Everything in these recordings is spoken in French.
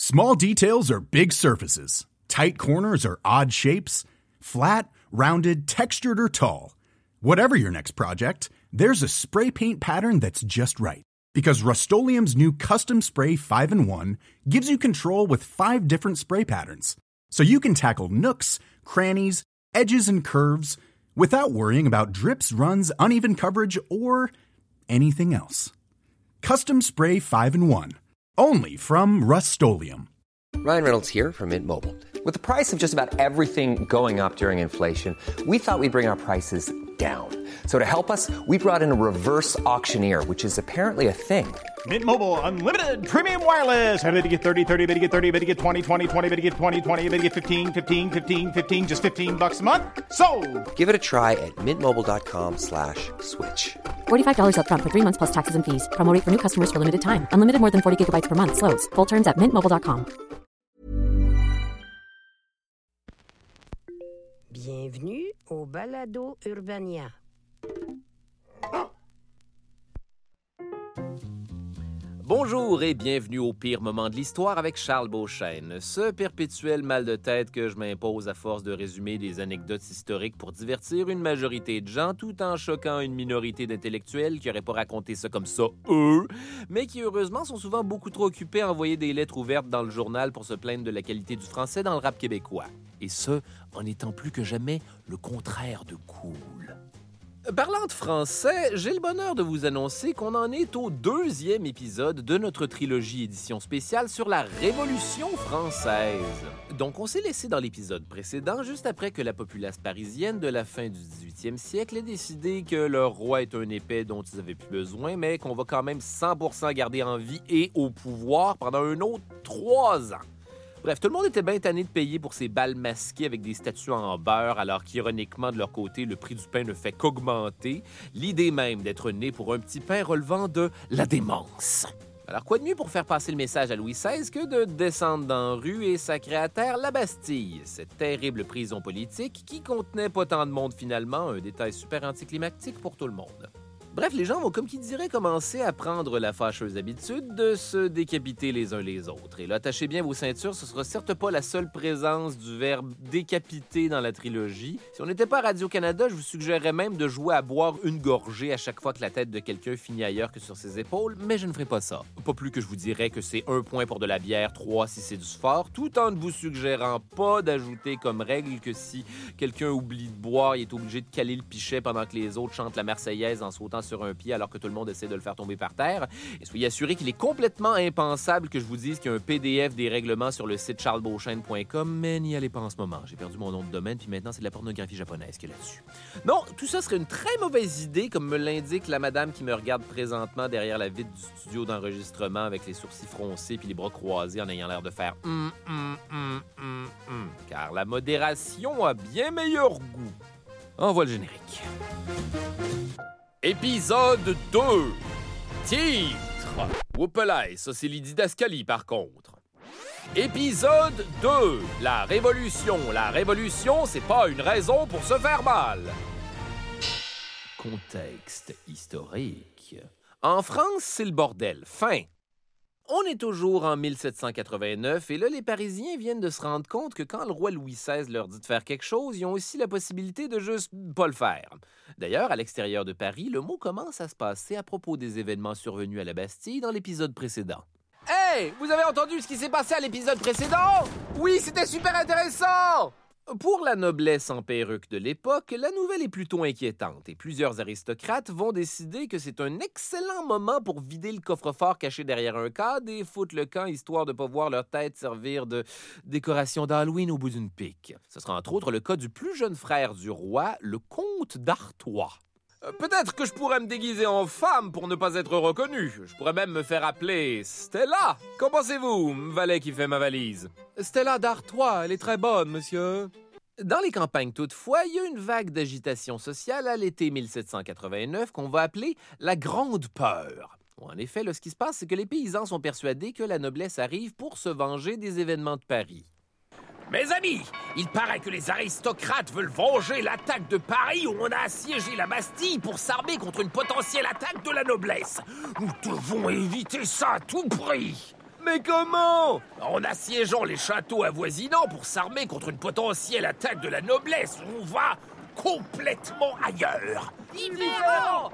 Small details are big surfaces. Tight corners are odd shapes. Flat, rounded, textured, or tall. Whatever your next project, there's a spray paint pattern that's just right. Because Rust-Oleum's new Custom Spray 5-in-1 gives you control with 5 different spray patterns. So you can tackle nooks, crannies, edges, and curves without worrying about drips, runs, uneven coverage, or anything else. Custom Spray 5-in-1. Only from Rust-Oleum. Ryan Reynolds here from Mint Mobile. With the price of just about everything going up during inflation, we thought we'd bring our prices down. So to help us, we brought in a reverse auctioneer, which is apparently a thing. Mint Mobile Unlimited Premium Wireless. How to get 30, 30, bit to get 30, bit to get 20, 20, 20, bit to get 20, 20, bit to get 15, 15, 15, 15, just $15 a month? Sold! Give it a try at mintmobile.com/switch. $45 up front for 3 months plus taxes and fees. Promo rate for new customers for limited time. Unlimited more than 40 gigabytes per month. Slows full terms at mintmobile.com. Bienvenue au Balado Urbania. Bonjour et bienvenue au pire moment de l'histoire avec Charles Beauchesne, ce perpétuel mal de tête que je m'impose à force de résumer des anecdotes historiques pour divertir une majorité de gens tout en choquant une minorité d'intellectuels qui n'auraient pas raconté ça comme ça, eux, mais qui heureusement sont souvent beaucoup trop occupés à envoyer des lettres ouvertes dans le journal pour se plaindre de la qualité du français dans le rap québécois. Et ce, en étant plus que jamais le contraire de cool. Parlant de français, j'ai le bonheur de vous annoncer qu'on en est au 2e épisode de notre trilogie édition spéciale sur la Révolution française. Donc, on s'est laissé dans l'épisode précédent, juste après que la populace parisienne de la fin du 18e siècle ait décidé que leur roi est un épais dont ils avaient plus besoin, mais qu'on va quand même 100% garder en vie et au pouvoir pendant un autre 3 ans. Bref, tout le monde était bien tanné de payer pour ces bals masqués avec des statues en beurre, alors qu'ironiquement, de leur côté, le prix du pain ne fait qu'augmenter. L'idée même d'être né pour un petit pain relevant de la démence. Alors, quoi de mieux pour faire passer le message à Louis XVI que de descendre dans la rue et sacrer à terre la Bastille, cette terrible prison politique qui contenait pas tant de monde finalement, un détail super anticlimactique pour tout le monde. Bref, les gens vont, comme qui dirait, commencer à prendre la fâcheuse habitude de se décapiter les uns les autres. Et là, attachez bien vos ceintures, ce sera certes pas la seule présence du verbe « décapiter » dans la trilogie. Si on n'était pas à Radio-Canada, je vous suggérerais même de jouer à boire une gorgée à chaque fois que la tête de quelqu'un finit ailleurs que sur ses épaules, mais je ne ferai pas ça. Pas plus que je vous dirais que c'est 1 point pour de la bière, 3 si c'est du sport, tout en ne vous suggérant pas d'ajouter comme règle que si quelqu'un oublie de boire, il est obligé de caler le pichet pendant que les autres chantent la Marseillaise en sautant sur un pied alors que tout le monde essaie de le faire tomber par terre. Et soyez assurés qu'il est complètement impensable que je vous dise qu'il y a un PDF des règlements sur le site charlesbeauchesne.com, mais n'y allez pas en ce moment. J'ai perdu mon nom de domaine, puis maintenant c'est de la pornographie japonaise qu'il y a là-dessus. Non, tout ça serait une très mauvaise idée, comme me l'indique la madame qui me regarde présentement derrière la vitre du studio d'enregistrement avec les sourcils froncés puis les bras croisés en ayant l'air de faire car la modération a bien meilleur goût. Envoie le générique. Épisode 2. Titre. Oupelay, ça c'est Lydie Dascali par contre. Épisode 2. La Révolution. La Révolution, c'est pas une raison pour se faire mal. Contexte historique. En France, c'est le bordel. Fin. On est toujours en 1789 et là, les Parisiens viennent de se rendre compte que quand le roi Louis XVI leur dit de faire quelque chose, ils ont aussi la possibilité de juste pas le faire. D'ailleurs, à l'extérieur de Paris, le mot commence à se passer à propos des événements survenus à la Bastille dans l'épisode précédent. Hey! Vous avez entendu ce qui s'est passé à l'épisode précédent? Oui, c'était super intéressant! Pour la noblesse en perruque de l'époque, la nouvelle est plutôt inquiétante et plusieurs aristocrates vont décider que c'est un excellent moment pour vider le coffre-fort caché derrière un cadre et foutre le camp histoire de ne pas voir leur tête servir de décoration d'Halloween au bout d'une pique. Ce sera entre autres le cas du plus jeune frère du roi, le comte d'Artois. Peut-être que je pourrais me déguiser en femme pour ne pas être reconnu. Je pourrais même me faire appeler Stella. Qu'en pensez-vous, valet qui fait ma valise? Stella d'Artois, elle est très bonne, monsieur. Dans les campagnes, toutefois, il y a une vague d'agitation sociale à l'été 1789 qu'on va appeler la Grande Peur. En effet, là, ce qui se passe, c'est que les paysans sont persuadés que la noblesse arrive pour se venger des événements de Paris. Mes amis, il paraît que les aristocrates veulent venger l'attaque de Paris où on a assiégé la Bastille pour s'armer contre une potentielle attaque de la noblesse. Nous devons éviter ça à tout prix. Mais comment? En assiégeant les châteaux avoisinants pour s'armer contre une potentielle attaque de la noblesse, on va complètement ailleurs. Différent!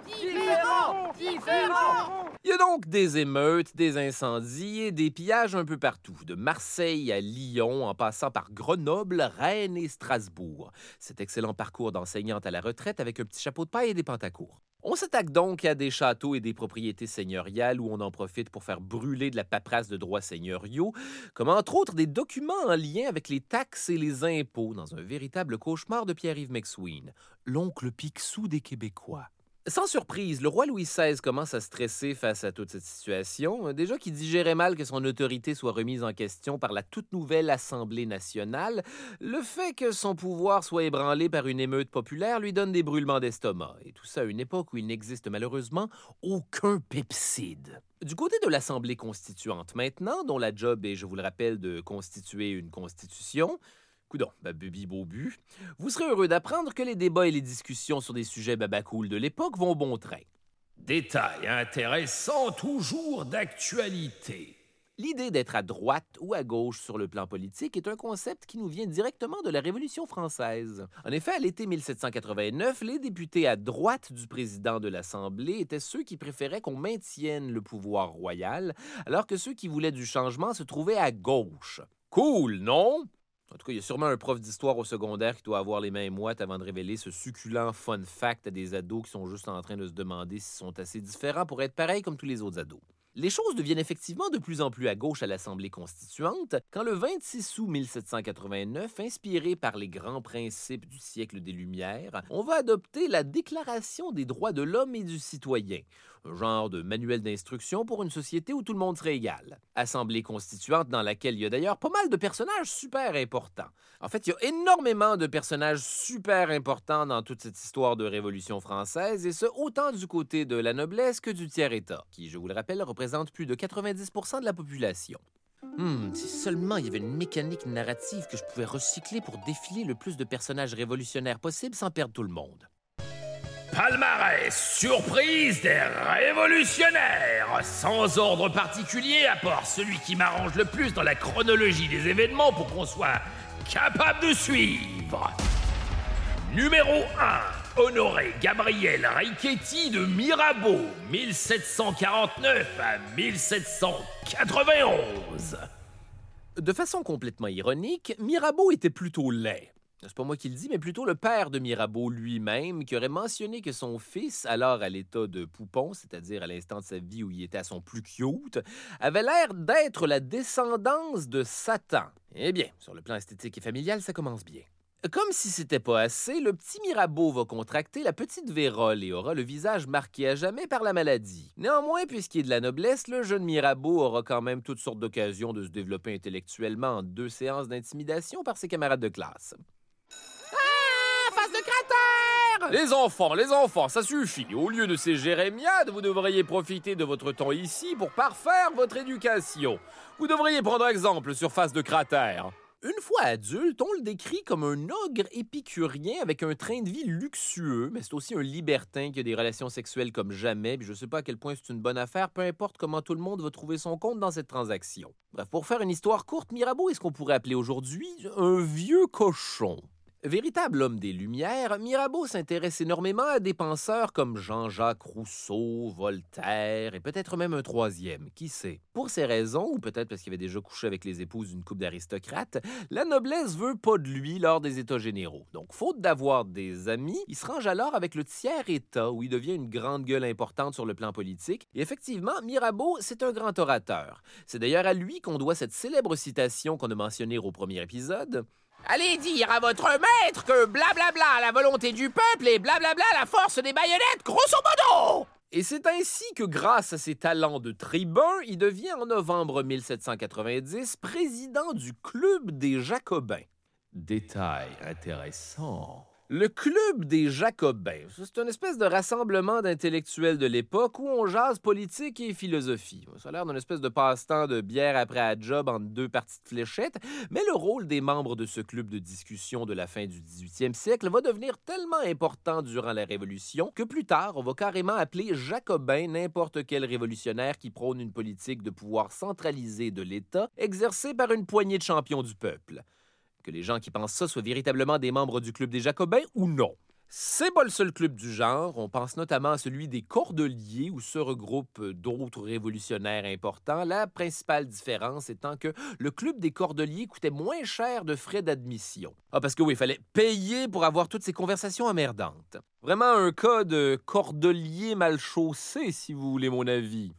Il y a donc des émeutes, des incendies et des pillages un peu partout, de Marseille à Lyon, en passant par Grenoble, Rennes et Strasbourg. Cet excellent parcours d'enseignante à la retraite avec un petit chapeau de paille et des pantacours. On s'attaque donc à des châteaux et des propriétés seigneuriales où on en profite pour faire brûler de la paperasse de droits seigneuriaux, comme entre autres des documents en lien avec les taxes et les impôts dans un véritable cauchemar de Pierre-Yves McSween, l'oncle Picsou des Québécois. Sans surprise, le roi Louis XVI commence à stresser face à toute cette situation, déjà qu'il digérait mal que son autorité soit remise en question par la toute nouvelle Assemblée nationale. Le fait que son pouvoir soit ébranlé par une émeute populaire lui donne des brûlements d'estomac, et tout ça à une époque où il n'existe malheureusement aucun pepside. Du côté de l'Assemblée constituante maintenant, dont la job est, je vous le rappelle, de constituer une constitution, coudonc, bubi bobu, vous serez heureux d'apprendre que les débats et les discussions sur des sujets babacool de l'époque vont bon train. Détail intéressant, toujours d'actualité. L'idée d'être à droite ou à gauche sur le plan politique est un concept qui nous vient directement de la Révolution française. En effet, à l'été 1789, les députés à droite du président de l'Assemblée étaient ceux qui préféraient qu'on maintienne le pouvoir royal, alors que ceux qui voulaient du changement se trouvaient à gauche. Cool, non? En tout cas, il y a sûrement un prof d'histoire au secondaire qui doit avoir les mains moites avant de révéler ce succulent fun fact à des ados qui sont juste en train de se demander s'ils sont assez différents pour être pareils comme tous les autres ados. Les choses deviennent effectivement de plus en plus à gauche à l'Assemblée constituante quand le 26 août 1789, inspiré par les grands principes du siècle des Lumières, on va adopter la Déclaration des droits de l'homme et du citoyen, un genre de manuel d'instruction pour une société où tout le monde serait égal. Assemblée constituante dans laquelle il y a d'ailleurs pas mal de personnages super importants. En fait, il y a énormément de personnages super importants dans toute cette histoire de Révolution française, et ce, autant du côté de la noblesse que du tiers-état, qui, je vous le rappelle, représente plus de 90% de la population. Si seulement il y avait une mécanique narrative que je pouvais recycler pour défiler le plus de personnages révolutionnaires possible sans perdre tout le monde. Palmarès surprise des révolutionnaires, sans ordre particulier à part celui qui m'arrange le plus dans la chronologie des événements pour qu'on soit capable de suivre. Numéro 1, Honoré Gabriel Richetti de Mirabeau, 1749 à 1791. De façon complètement ironique, Mirabeau était plutôt laid. C'est pas moi qui le dis, mais plutôt le père de Mirabeau lui-même, qui aurait mentionné que son fils, alors à l'état de poupon, c'est-à-dire à l'instant de sa vie où il était à son plus cute, avait l'air d'être la descendance de Satan. Eh bien, sur le plan esthétique et familial, ça commence bien. Comme si c'était pas assez, le petit Mirabeau va contracter la petite vérole et aura le visage marqué à jamais par la maladie. Néanmoins, puisqu'il est de la noblesse, le jeune Mirabeau aura quand même toutes sortes d'occasions de se développer intellectuellement en 2 séances d'intimidation par ses camarades de classe. Ah! Face de cratère! Les enfants, ça suffit. Au lieu de ces jérémiades, vous devriez profiter de votre temps ici pour parfaire votre éducation. Vous devriez prendre exemple sur Face de cratère. Une fois adulte, on le décrit comme un ogre épicurien avec un train de vie luxueux, mais c'est aussi un libertin qui a des relations sexuelles comme jamais, puis je sais pas à quel point c'est une bonne affaire, peu importe comment tout le monde va trouver son compte dans cette transaction. Bref, pour faire une histoire courte, Mirabeau est ce qu'on pourrait appeler aujourd'hui un vieux cochon. Véritable homme des Lumières, Mirabeau s'intéresse énormément à des penseurs comme Jean-Jacques Rousseau, Voltaire et peut-être même un troisième, qui sait. Pour ces raisons, ou peut-être parce qu'il avait déjà couché avec les épouses d'une couple d'aristocrates, la noblesse veut pas de lui lors des États généraux. Donc, faute d'avoir des amis, il se range alors avec le tiers-État, où il devient une grande gueule importante sur le plan politique. Et effectivement, Mirabeau, c'est un grand orateur. C'est d'ailleurs à lui qu'on doit cette célèbre citation qu'on a mentionnée au premier épisode. Allez dire à votre maître que blablabla la volonté du peuple et blablabla la force des baïonnettes, grosso modo! Et c'est ainsi que grâce à ses talents de tribun, il devient en novembre 1790 président du Club des Jacobins. Détail intéressant. Le Club des Jacobins, c'est une espèce de rassemblement d'intellectuels de l'époque où on jase politique et philosophie. Ça a l'air d'une espèce de passe-temps de bière après la job entre deux parties de fléchettes, mais le rôle des membres de ce club de discussion de la fin du 18e siècle va devenir tellement important durant la Révolution que plus tard, on va carrément appeler jacobin n'importe quel révolutionnaire qui prône une politique de pouvoir centralisé de l'État exercée par une poignée de champions du peuple. Que les gens qui pensent ça soient véritablement des membres du Club des Jacobins ou non. C'est pas le seul club du genre. On pense notamment à celui des Cordeliers où se regroupent d'autres révolutionnaires importants. La principale différence étant que le Club des Cordeliers coûtait moins cher de frais d'admission. Ah, parce que oui, il fallait payer pour avoir toutes ces conversations emmerdantes. Vraiment un cas de cordelier mal chaussé, si vous voulez mon avis.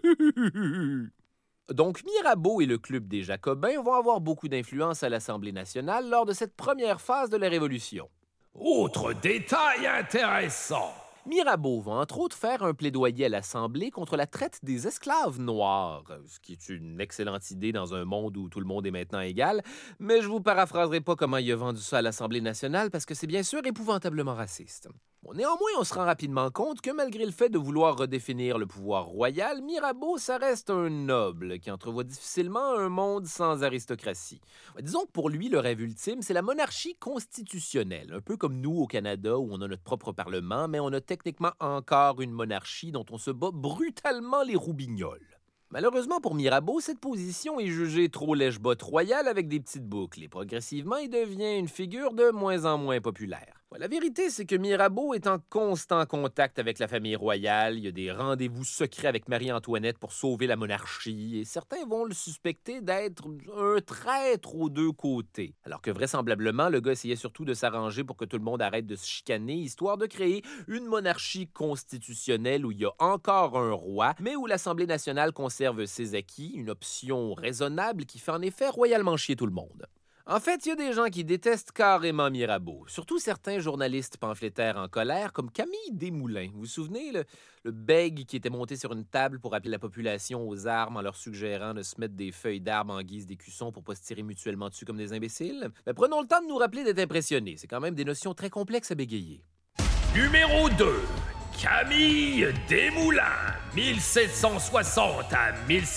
Donc, Mirabeau et le Club des Jacobins vont avoir beaucoup d'influence à l'Assemblée nationale lors de cette première phase de la Révolution. Autre détail intéressant. Mirabeau va entre autres faire un plaidoyer à l'Assemblée contre la traite des esclaves noirs, ce qui est une excellente idée dans un monde où tout le monde est maintenant égal, mais je vous paraphraserai pas comment il a vendu ça à l'Assemblée nationale parce que c'est bien sûr épouvantablement raciste. Bon, néanmoins, on se rend rapidement compte que malgré le fait de vouloir redéfinir le pouvoir royal, Mirabeau, ça reste un noble qui entrevoit difficilement un monde sans aristocratie. Disons que pour lui, le rêve ultime, c'est la monarchie constitutionnelle, un peu comme nous au Canada où on a notre propre parlement, mais on a techniquement encore une monarchie dont on se bat brutalement les roubignoles. Malheureusement pour Mirabeau, cette position est jugée trop lèche-botte royale avec des petites boucles et progressivement, il devient une figure de moins en moins populaire. La vérité, c'est que Mirabeau est en constant contact avec la famille royale. Il y a des rendez-vous secrets avec Marie-Antoinette pour sauver la monarchie et certains vont le suspecter d'être un traître aux deux côtés. Alors que vraisemblablement, le gars essayait surtout de s'arranger pour que tout le monde arrête de se chicaner, histoire de créer une monarchie constitutionnelle où il y a encore un roi, mais où l'Assemblée nationale conserve ses acquis, une option raisonnable qui fait en effet royalement chier tout le monde. En fait, il y a des gens qui détestent carrément Mirabeau, surtout certains journalistes pamphlétaires en colère, comme Camille Desmoulins. Vous vous souvenez, le bègue qui était monté sur une table pour appeler la population aux armes en leur suggérant de se mettre des feuilles d'arbre en guise d'écusson pour pas se tirer mutuellement dessus comme des imbéciles? Mais prenons le temps de nous rappeler d'être impressionnés. C'est quand même des notions très complexes à bégayer. Numéro 2. Camille Desmoulins, 1760 à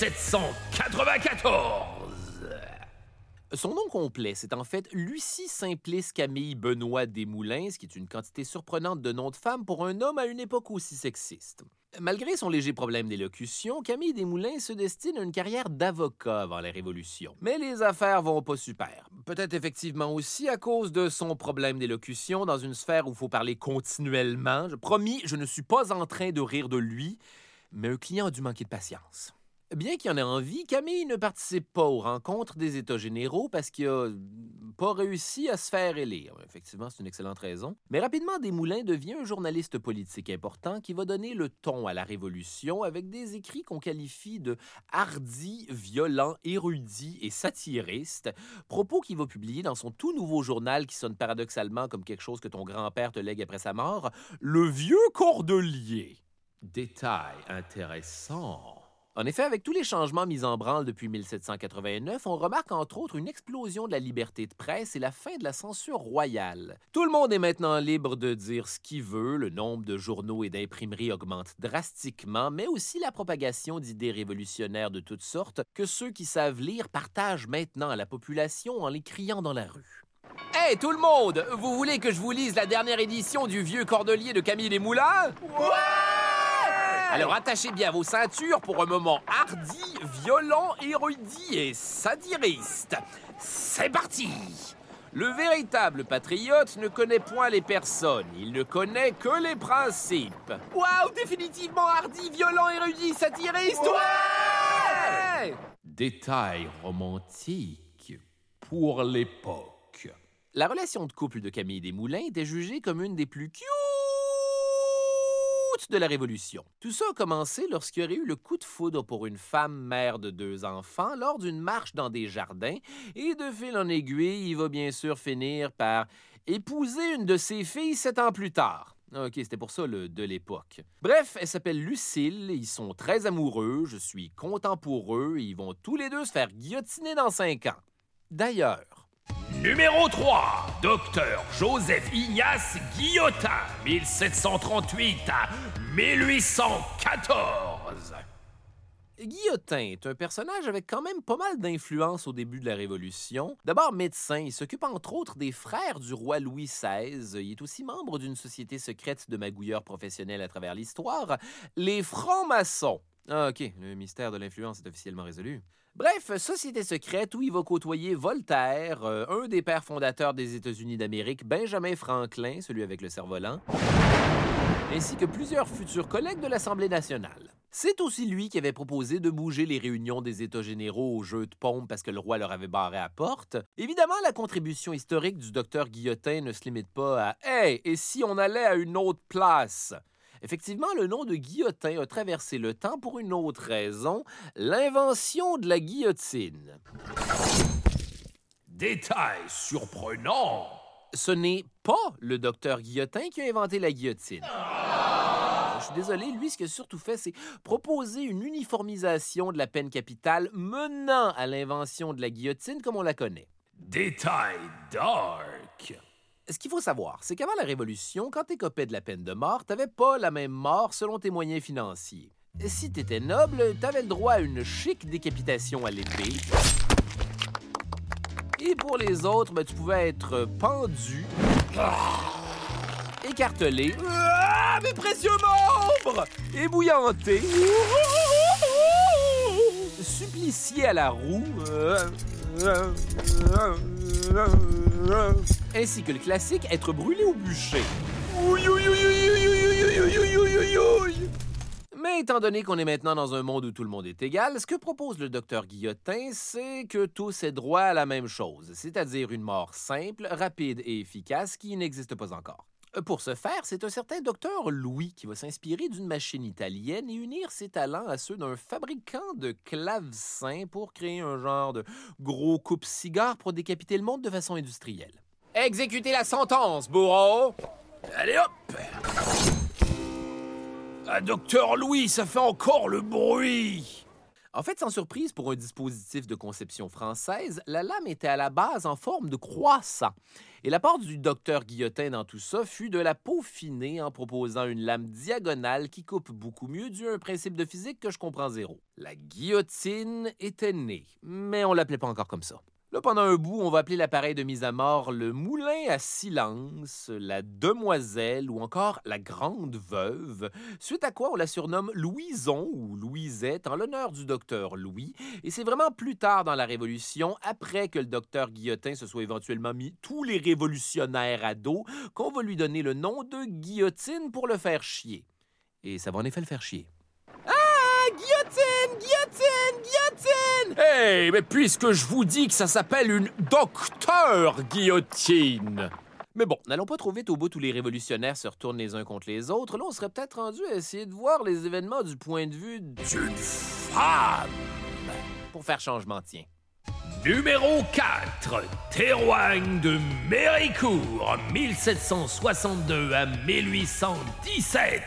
1794. Son nom complet, c'est en fait Lucie Simplice Camille Benoît Desmoulins, ce qui est une quantité surprenante de noms de femmes pour un homme à une époque aussi sexiste. Malgré son léger problème d'élocution, Camille Desmoulins se destine à une carrière d'avocat avant la Révolution. Mais les affaires vont pas super. Peut-être effectivement aussi à cause de son problème d'élocution dans une sphère où il faut parler continuellement. Promis, je ne suis pas en train de rire de lui, mais un client a dû manquer de patience. Bien qu'il en ait envie, Camille ne participe pas aux rencontres des États généraux parce qu'il n'a pas réussi à se faire élire. Effectivement, c'est une excellente raison. Mais rapidement, Desmoulins devient un journaliste politique important qui va donner le ton à la Révolution avec des écrits qu'on qualifie de hardis, violents, érudits et satiristes, propos qu'il va publier dans son tout nouveau journal qui sonne paradoxalement comme quelque chose que ton grand-père te lègue après sa mort, Le Vieux Cordelier. Détail intéressant. En effet, avec tous les changements mis en branle depuis 1789, on remarque entre autres une explosion de la liberté de presse et la fin de la censure royale. Tout le monde est maintenant libre de dire ce qu'il veut, le nombre de journaux et d'imprimeries augmente drastiquement, mais aussi la propagation d'idées révolutionnaires de toutes sortes que ceux qui savent lire partagent maintenant à la population en les criant dans la rue. Hey, tout le monde! Vous voulez que je vous lise la dernière édition du Vieux Cordelier de Camille Desmoulins? Ouais! Alors attachez bien vos ceintures pour un moment hardi, violent, érudit et satiriste. C'est parti! Le véritable patriote ne connaît point les personnes, il ne connaît que les principes. Waouh, définitivement hardi, violent, érudit, satiriste! Ouais! Détail romantique pour l'époque. La relation de couple de Camille Desmoulins était jugée comme une des plus cute de la Révolution. Tout ça a commencé lorsqu'il y aurait eu le coup de foudre pour une femme mère de 2 enfants lors d'une marche dans des jardins et de fil en aiguille, il va bien sûr finir par épouser une de ses filles 7 ans plus tard. OK, c'était pour ça le de l'époque. Bref, elle s'appelle Lucille, ils sont très amoureux, je suis content pour eux, et ils vont tous les deux se faire guillotiner dans 5 ans. D'ailleurs, Numéro 3, Docteur Joseph Ignace Guillotin, 1738 à 1814. Guillotin est un personnage avec quand même pas mal d'influence au début de la Révolution. D'abord médecin, il s'occupe entre autres des frères du roi Louis XVI. Il est aussi membre d'une société secrète de magouilleurs professionnels à travers l'histoire, les francs-maçons. Ah, OK, le mystère de l'influence est officiellement résolu. Bref, société secrète où il va côtoyer Voltaire, un des pères fondateurs des États-Unis d'Amérique, Benjamin Franklin, celui avec le cerf-volant, ainsi que plusieurs futurs collègues de l'Assemblée nationale. C'est aussi lui qui avait proposé de bouger les réunions des États généraux au jeu de paume parce que le roi leur avait barré à la porte. Évidemment, la contribution historique du docteur Guillotin ne se limite pas à « Hey, et si on allait à une autre place? » Effectivement, le nom de Guillotin a traversé le temps pour une autre raison, l'invention de la guillotine. Détail surprenant. Ce n'est pas le docteur Guillotin qui a inventé la guillotine. Je suis désolé, lui, ce qu'il a surtout fait, c'est proposer une uniformisation de la peine capitale menant à l'invention de la guillotine comme on la connaît. Détail dark. Ce qu'il faut savoir, c'est qu'avant la Révolution, quand t'écopais de la peine de mort, t'avais pas la même mort selon tes moyens financiers. Si t'étais noble, t'avais le droit à une chic décapitation à l'épée. Et pour les autres, tu pouvais être pendu, écartelé, mes précieux membres, ébouillanté, supplicié à la roue, ainsi que le classique être brûlé au bûcher. Mais étant donné qu'on est maintenant dans un monde où tout le monde est égal, ce que propose le docteur Guillotin, c'est que tous aient droit à la même chose, c'est-à-dire une mort simple, rapide et efficace qui n'existe pas encore. Pour ce faire, c'est un certain docteur Louis qui va s'inspirer d'une machine italienne et unir ses talents à ceux d'un fabricant de clavecins pour créer un genre de gros coupe-cigare pour décapiter le monde de façon industrielle. Exécutez la sentence, bourreau! Allez hop! Ah, Docteur Louis, ça fait encore le bruit! En fait, sans surprise, pour un dispositif de conception française, la lame était à la base en forme de croissant. Et l'apport du docteur Guillotin dans tout ça fut de la peaufiner en proposant une lame diagonale qui coupe beaucoup mieux dû à un principe de physique que je comprends zéro. La guillotine était née, mais on l'appelait pas encore comme ça. Là, pendant un bout, on va appeler l'appareil de mise à mort le moulin à silence, la demoiselle ou encore la grande veuve, suite à quoi on la surnomme Louison ou Louisette en l'honneur du docteur Louis. Et c'est vraiment plus tard dans la Révolution, après que le docteur Guillotin se soit éventuellement mis tous les révolutionnaires à dos, qu'on va lui donner le nom de guillotine pour le faire chier. Et ça va en effet le faire chier. Guillotine! Guillotine! Guillotine! Hey, mais puisque je vous dis que ça s'appelle une docteur guillotine! Mais bon, n'allons pas trop vite au bout où les révolutionnaires se retournent les uns contre les autres. Là, on serait peut-être rendu à essayer de voir les événements du point de vue d'une femme! Pour faire changement, tiens. Numéro 4, Théroigne de Méricourt, 1762 à 1817.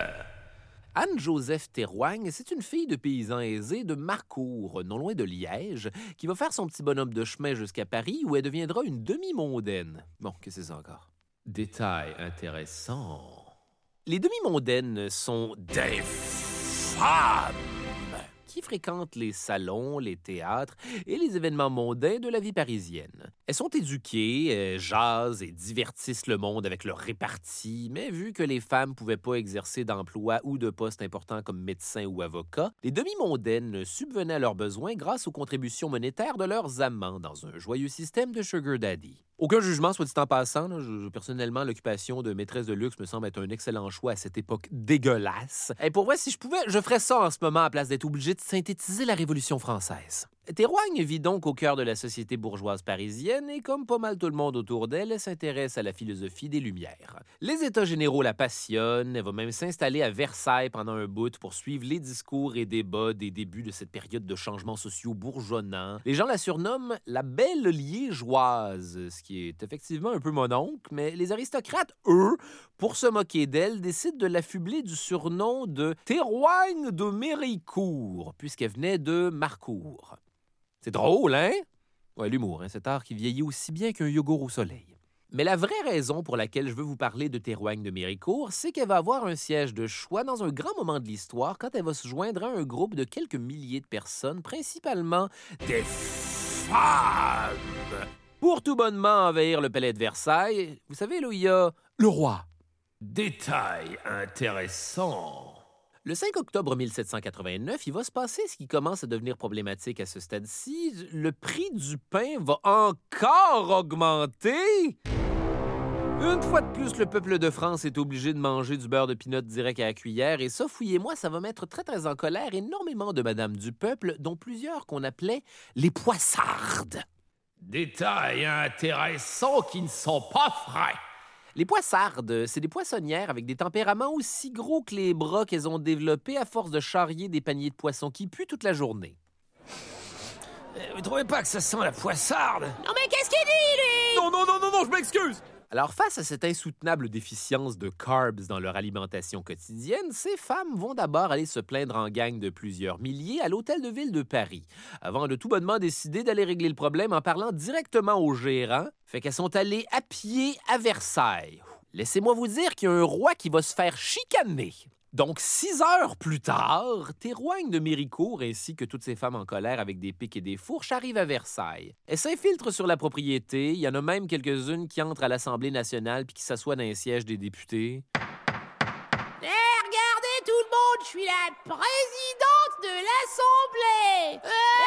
Anne-Joseph Théroigne, c'est une fille de paysan aisé de Marcourt, non loin de Liège, qui va faire son petit bonhomme de chemin jusqu'à Paris où elle deviendra une demi-mondaine. Bon, qu'est-ce que c'est ça encore? Détail intéressant. Les demi-mondaines sont des femmes qui fréquentent les salons, les théâtres et les événements mondains de la vie parisienne. Elles sont éduquées, jasent et divertissent le monde avec leur répartie, mais vu que les femmes pouvaient pas exercer d'emploi ou de poste important comme médecin ou avocat, les demi-mondaines subvenaient à leurs besoins grâce aux contributions monétaires de leurs amants dans un joyeux système de sugar daddy. Aucun jugement, soit dit en passant. Personnellement, l'occupation de maîtresse de luxe me semble être un excellent choix à cette époque dégueulasse. Et pour vrai, si je pouvais, je ferais ça en ce moment à place d'être obligé de synthétiser la Révolution française. Théroigne vit donc au cœur de la société bourgeoise parisienne et, comme pas mal tout le monde autour d'elle, elle s'intéresse à la philosophie des Lumières. Les États généraux la passionnent, elle va même s'installer à Versailles pendant un bout pour suivre les discours et débats des débuts de cette période de changements sociaux bourgeonnants. Les gens la surnomment la Belle Liégeoise, ce qui est effectivement un peu mon oncle, mais les aristocrates, eux, pour se moquer d'elle, décident de l'affubler du surnom de Théroigne de Méricourt, puisqu'elle venait de Marcourt. C'est drôle, hein? Ouais, l'humour, cet art qui vieillit aussi bien qu'un yogourt au soleil. Mais la vraie raison pour laquelle je veux vous parler de Théroigne de Méricourt, c'est qu'elle va avoir un siège de choix dans un grand moment de l'histoire quand elle va se joindre à un groupe de quelques milliers de personnes, principalement des femmes, pour tout bonnement envahir le palais de Versailles. Vous savez, là où il y a le roi. Détail intéressant. Le 5 octobre 1789, il va se passer ce qui commence à devenir problématique à ce stade-ci. Le prix du pain va encore augmenter. Une fois de plus, le peuple de France est obligé de manger du beurre de pinot direct à la cuillère, et ça, fouillez-moi, ça va mettre très, très en colère énormément de madames du peuple, dont plusieurs qu'on appelait les poissardes. Détail intéressant qui ne sont pas frais. Les poissardes, c'est des poissonnières avec des tempéraments aussi gros que les bras qu'elles ont développés à force de charrier des paniers de poissons qui puent toute la journée. Vous trouvez pas que ça sent la poissarde? Non mais qu'est-ce qu'il dit, lui? Non, je m'excuse! Alors, face à cette insoutenable déficience de carbs dans leur alimentation quotidienne, ces femmes vont d'abord aller se plaindre en gang de plusieurs milliers à l'Hôtel de Ville de Paris, avant de tout bonnement décider d'aller régler le problème en parlant directement au gérant, fait qu'elles sont allées à pied à Versailles. Laissez-moi vous dire qu'il y a un roi qui va se faire chicaner. Donc, 6 heures plus tard, Théroigne de Méricourt ainsi que toutes ces femmes en colère avec des pics et des fourches arrivent à Versailles. Elles s'infiltrent sur la propriété. Il y en a même quelques-unes qui entrent à l'Assemblée nationale puis qui s'assoient dans les sièges des députés. Regardez tout le monde, je suis la présidente de l'Assemblée.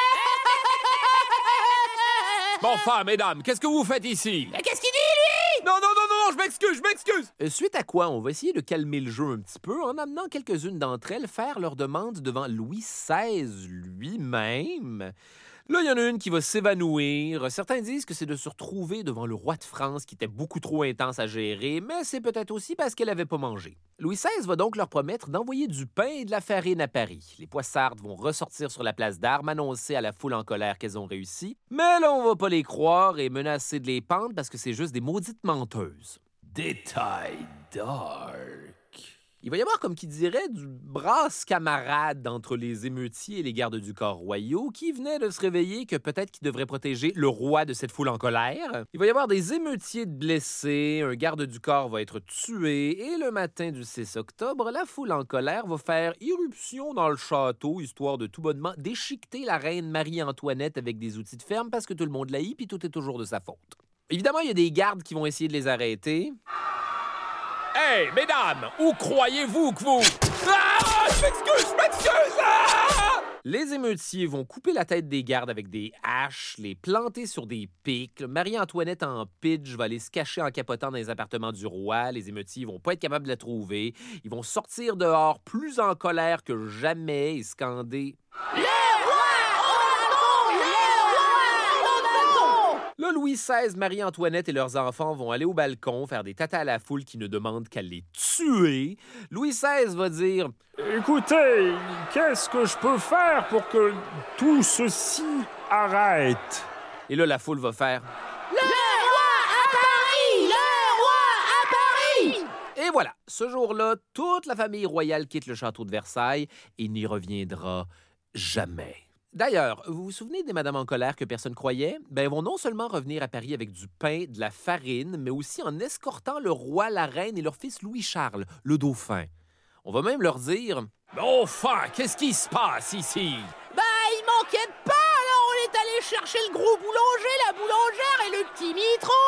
Bon, enfin, mesdames, qu'est-ce que vous faites ici? Mais qu'est-ce qu'il dit, lui? Non, je m'excuse! Suite à quoi, on va essayer de calmer le jeu un petit peu en amenant quelques-unes d'entre elles faire leur demande devant Louis XVI lui-même. Là, il y en a une qui va s'évanouir. Certains disent que c'est de se retrouver devant le roi de France qui était beaucoup trop intense à gérer, mais c'est peut-être aussi parce qu'elle n'avait pas mangé. Louis XVI va donc leur promettre d'envoyer du pain et de la farine à Paris. Les poissardes vont ressortir sur la place d'Armes, annoncer à la foule en colère qu'elles ont réussi. Mais là, on va pas les croire et menacer de les pendre parce que c'est juste des maudites menteuses. Détail dark. Il va y avoir, comme qui dirait, du brasse-camarade entre les émeutiers et les gardes du corps royaux qui venaient de se réveiller que peut-être qu'ils devraient protéger le roi de cette foule en colère. Il va y avoir des émeutiers de blessés, un garde du corps va être tué et le matin du 6 octobre, la foule en colère va faire irruption dans le château histoire de tout bonnement déchiqueter la reine Marie-Antoinette avec des outils de ferme parce que tout le monde la hait puis tout est toujours de sa faute. Évidemment, il y a des gardes qui vont essayer de les arrêter. Hey, mesdames, où croyez-vous que vous... Ah! Je m'excuse! Ah! Les émeutiers vont couper la tête des gardes avec des haches, les planter sur des pics. Marie-Antoinette en pitch va aller se cacher en capotant dans les appartements du roi. Les émeutiers vont pas être capables de la trouver. Ils vont sortir dehors plus en colère que jamais et scander... Là, Louis XVI, Marie-Antoinette et leurs enfants vont aller au balcon faire des tatas à la foule qui ne demande qu'à les tuer. Louis XVI va dire « Écoutez, qu'est-ce que je peux faire pour que tout ceci arrête? » Et là, la foule va faire « Le roi à Paris! Le roi à Paris! » Et voilà, ce jour-là, toute la famille royale quitte le château de Versailles et n'y reviendra jamais. D'ailleurs, vous vous souvenez des madames en colère que personne croyait? Elles vont non seulement revenir à Paris avec du pain, de la farine, mais aussi en escortant le roi, la reine et leur fils Louis-Charles, le dauphin. On va même leur dire « Mais enfin, qu'est-ce qui se passe ici? » Il manquait de pain, alors on est allé chercher le gros boulanger, la boulangère et le petit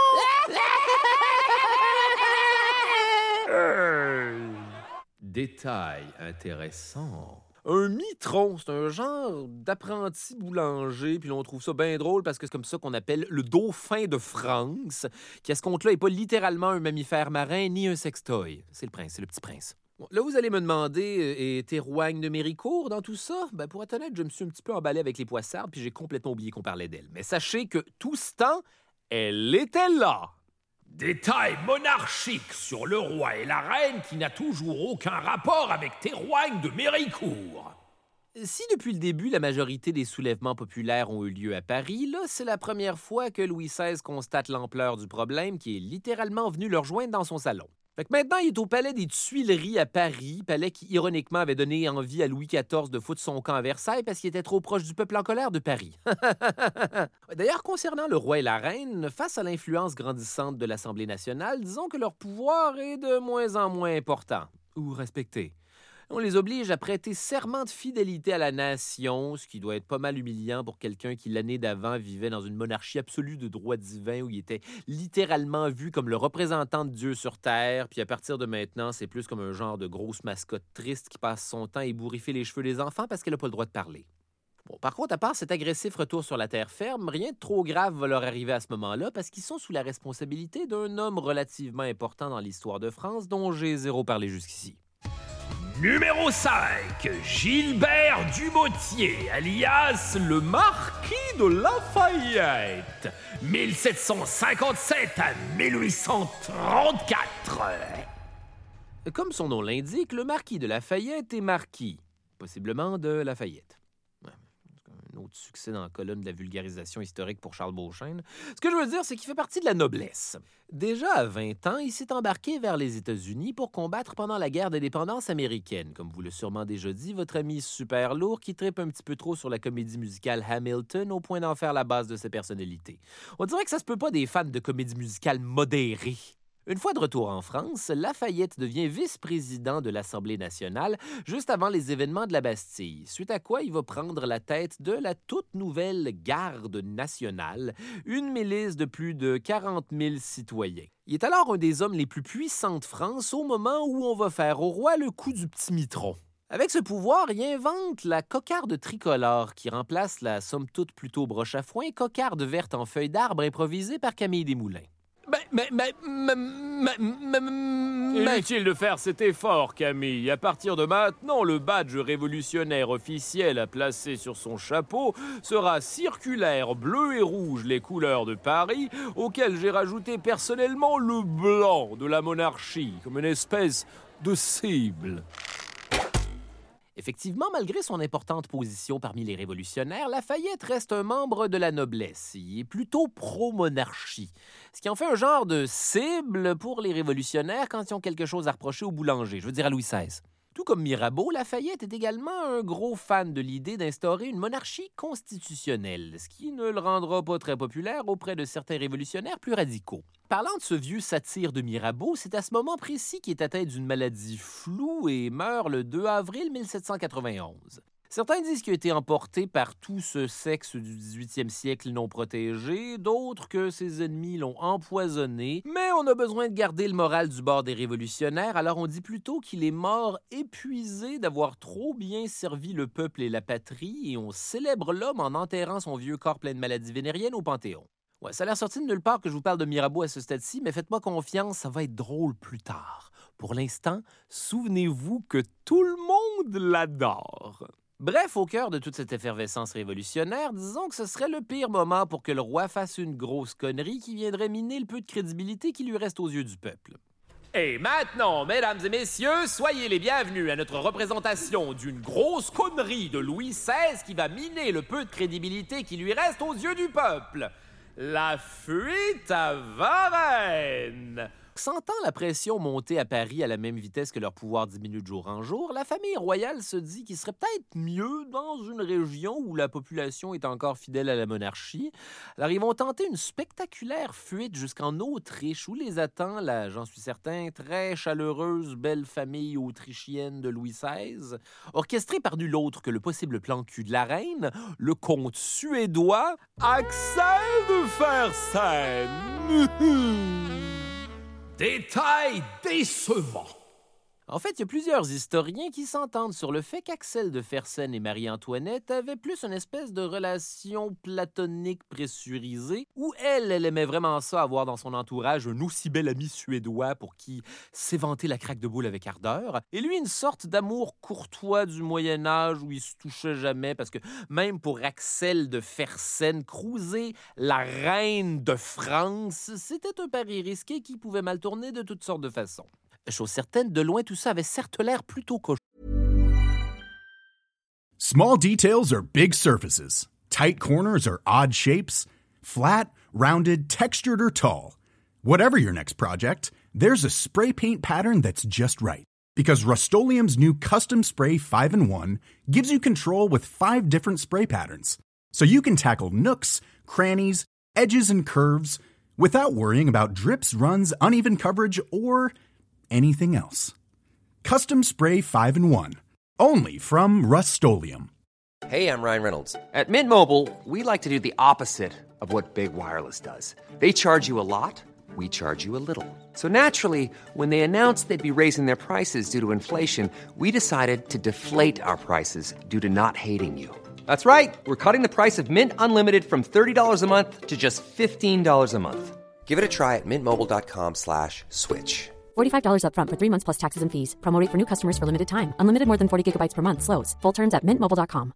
mitron. Détail intéressant. Un mitron, c'est un genre d'apprenti boulanger, puis on trouve ça bien drôle parce que c'est comme ça qu'on appelle le dauphin de France, qui à ce compte-là n'est pas littéralement un mammifère marin ni un sextoy. C'est le prince, c'est le petit prince. Bon, là, vous allez me demander, et Théroigne de Méricourt dans tout ça? Pour être honnête, je me suis un petit peu emballé avec les poissardes, puis j'ai complètement oublié qu'on parlait d'elle. Mais sachez que tout ce temps, elle était là. Détail monarchique sur le roi et la reine qui n'a toujours aucun rapport avec Théroigne de Méricourt. Si depuis le début, la majorité des soulèvements populaires ont eu lieu à Paris, là, c'est la première fois que Louis XVI constate l'ampleur du problème qui est littéralement venu le rejoindre dans son salon. Fait que maintenant, il est au palais des Tuileries à Paris, palais qui, ironiquement, avait donné envie à Louis XIV de foutre son camp à Versailles parce qu'il était trop proche du peuple en colère de Paris. D'ailleurs, concernant le roi et la reine, face à l'influence grandissante de l'Assemblée nationale, disons que leur pouvoir est de moins en moins important, ou respecté. On les oblige à prêter serment de fidélité à la nation, ce qui doit être pas mal humiliant pour quelqu'un qui, l'année d'avant, vivait dans une monarchie absolue de droit divin où il était littéralement vu comme le représentant de Dieu sur Terre, puis à partir de maintenant, c'est plus comme un genre de grosse mascotte triste qui passe son temps à ébouriffer les cheveux des enfants parce qu'elle n'a pas le droit de parler. Bon, par contre, à part cet agressif retour sur la terre ferme, rien de trop grave va leur arriver à ce moment-là parce qu'ils sont sous la responsabilité d'un homme relativement important dans l'histoire de France dont j'ai zéro parlé jusqu'ici. Numéro 5, Gilbert Dumotier, alias le Marquis de Lafayette, 1757 à 1834. Comme son nom l'indique, le Marquis de Lafayette est marquis, possiblement de Lafayette. Un autre succès dans la colonne de la vulgarisation historique pour Charles Beauchesne. Ce que je veux dire, c'est qu'il fait partie de la noblesse. Déjà à 20 ans, il s'est embarqué vers les États-Unis pour combattre pendant la guerre d'indépendance américaine. Comme vous le sûrement déjà dit, votre ami super lourd qui trippe un petit peu trop sur la comédie musicale Hamilton au point d'en faire la base de sa personnalité. On dirait que ça se peut pas des fans de comédie musicale modérée. Une fois de retour en France, Lafayette devient vice-président de l'Assemblée nationale juste avant les événements de la Bastille, suite à quoi il va prendre la tête de la toute nouvelle Garde nationale, une milice de plus de 40 000 citoyens. Il est alors un des hommes les plus puissants de France au moment où on va faire au roi le coup du petit mitron. Avec ce pouvoir, il invente la cocarde tricolore qui remplace la somme toute plutôt broche à foin cocarde verte en feuilles d'arbre improvisée par Camille Desmoulins. Inutile de faire cet effort, Camille. À partir de maintenant, le badge révolutionnaire officiel à placer sur son chapeau sera circulaire, bleu et rouge, les couleurs de Paris, auquel j'ai rajouté personnellement le blanc de la monarchie, comme une espèce de cible. Effectivement, malgré son importante position parmi les révolutionnaires, Lafayette reste un membre de la noblesse. Il est plutôt pro-monarchie, ce qui en fait un genre de cible pour les révolutionnaires quand ils ont quelque chose à reprocher au boulanger, je veux dire à Louis XVI. Tout comme Mirabeau, Lafayette est également un gros fan de l'idée d'instaurer une monarchie constitutionnelle, ce qui ne le rendra pas très populaire auprès de certains révolutionnaires plus radicaux. Parlant de ce vieux satire de Mirabeau, c'est à ce moment précis qu'il est atteint d'une maladie floue et meurt le 2 avril 1791. Certains disent qu'il a été emporté par tout ce sexe du 18e siècle non protégé, d'autres que ses ennemis l'ont empoisonné, mais on a besoin de garder le moral du bord des révolutionnaires, alors on dit plutôt qu'il est mort épuisé d'avoir trop bien servi le peuple et la patrie, et on célèbre l'homme en enterrant son vieux corps plein de maladies vénériennes au Panthéon. Ouais, ça a l'air sorti de nulle part que je vous parle de Mirabeau à ce stade-ci, mais faites-moi confiance, ça va être drôle plus tard. Pour l'instant, souvenez-vous que tout le monde l'adore. Bref, au cœur de toute cette effervescence révolutionnaire, disons que ce serait le pire moment pour que le roi fasse une grosse connerie qui viendrait miner le peu de crédibilité qui lui reste aux yeux du peuple. Et maintenant, mesdames et messieurs, soyez les bienvenus à notre représentation d'une grosse connerie de Louis XVI qui va miner le peu de crédibilité qui lui reste aux yeux du peuple. La fuite à Varennes. Sentant la pression monter à Paris à la même vitesse que leur pouvoir diminue de jour en jour, la famille royale se dit qu'il serait peut-être mieux dans une région où la population est encore fidèle à la monarchie. Alors ils vont tenter une spectaculaire fuite jusqu'en Autriche où les attend la, j'en suis certain, très chaleureuse belle famille autrichienne de Louis XVI, orchestrée par nul autre que le possible plan cul de la reine, le comte suédois Axel de Fersen. Détail décevant. En fait, il y a plusieurs historiens qui s'entendent sur le fait qu'Axel de Fersen et Marie-Antoinette avaient plus une espèce de relation platonique pressurisée, où elle aimait vraiment ça, avoir dans son entourage un aussi bel ami suédois pour qui s'éventait la craque de boule avec ardeur, et lui une sorte d'amour courtois du Moyen-Âge où il se touchait jamais, parce que même pour Axel de Fersen, cruiser la reine de France, c'était un pari risqué qui pouvait mal tourner de toutes sortes de façons. Chose certaine, de loin, tout ça avait certes l'air plutôt cochon. Small details are big surfaces. Tight corners are odd shapes. Flat, rounded, textured, or tall. Whatever your next project, there's a spray paint pattern that's just right. Because Rust-Oleum's new Custom Spray 5-in-1 gives you control with 5 different spray patterns. So you can tackle nooks, crannies, edges, and curves without worrying about drips, runs, uneven coverage, or anything else. Custom Spray 5-in-1. Only from Rust-Oleum. Hey, I'm Ryan Reynolds. At Mint Mobile, we like to do the opposite of what Big Wireless does. They charge you a lot, we charge you a little. So naturally, when they announced they'd be raising their prices due to inflation, we decided to deflate our prices due to not hating you. That's right. We're cutting the price of Mint Unlimited from $30 a month to just $15 a month. Give it a try at mintmobile.com/switch. $45 up front for 3 months plus taxes and fees. Promo rate for new customers for limited time. Unlimited more than 40 gigabytes per month. Slows full terms at mintmobile.com.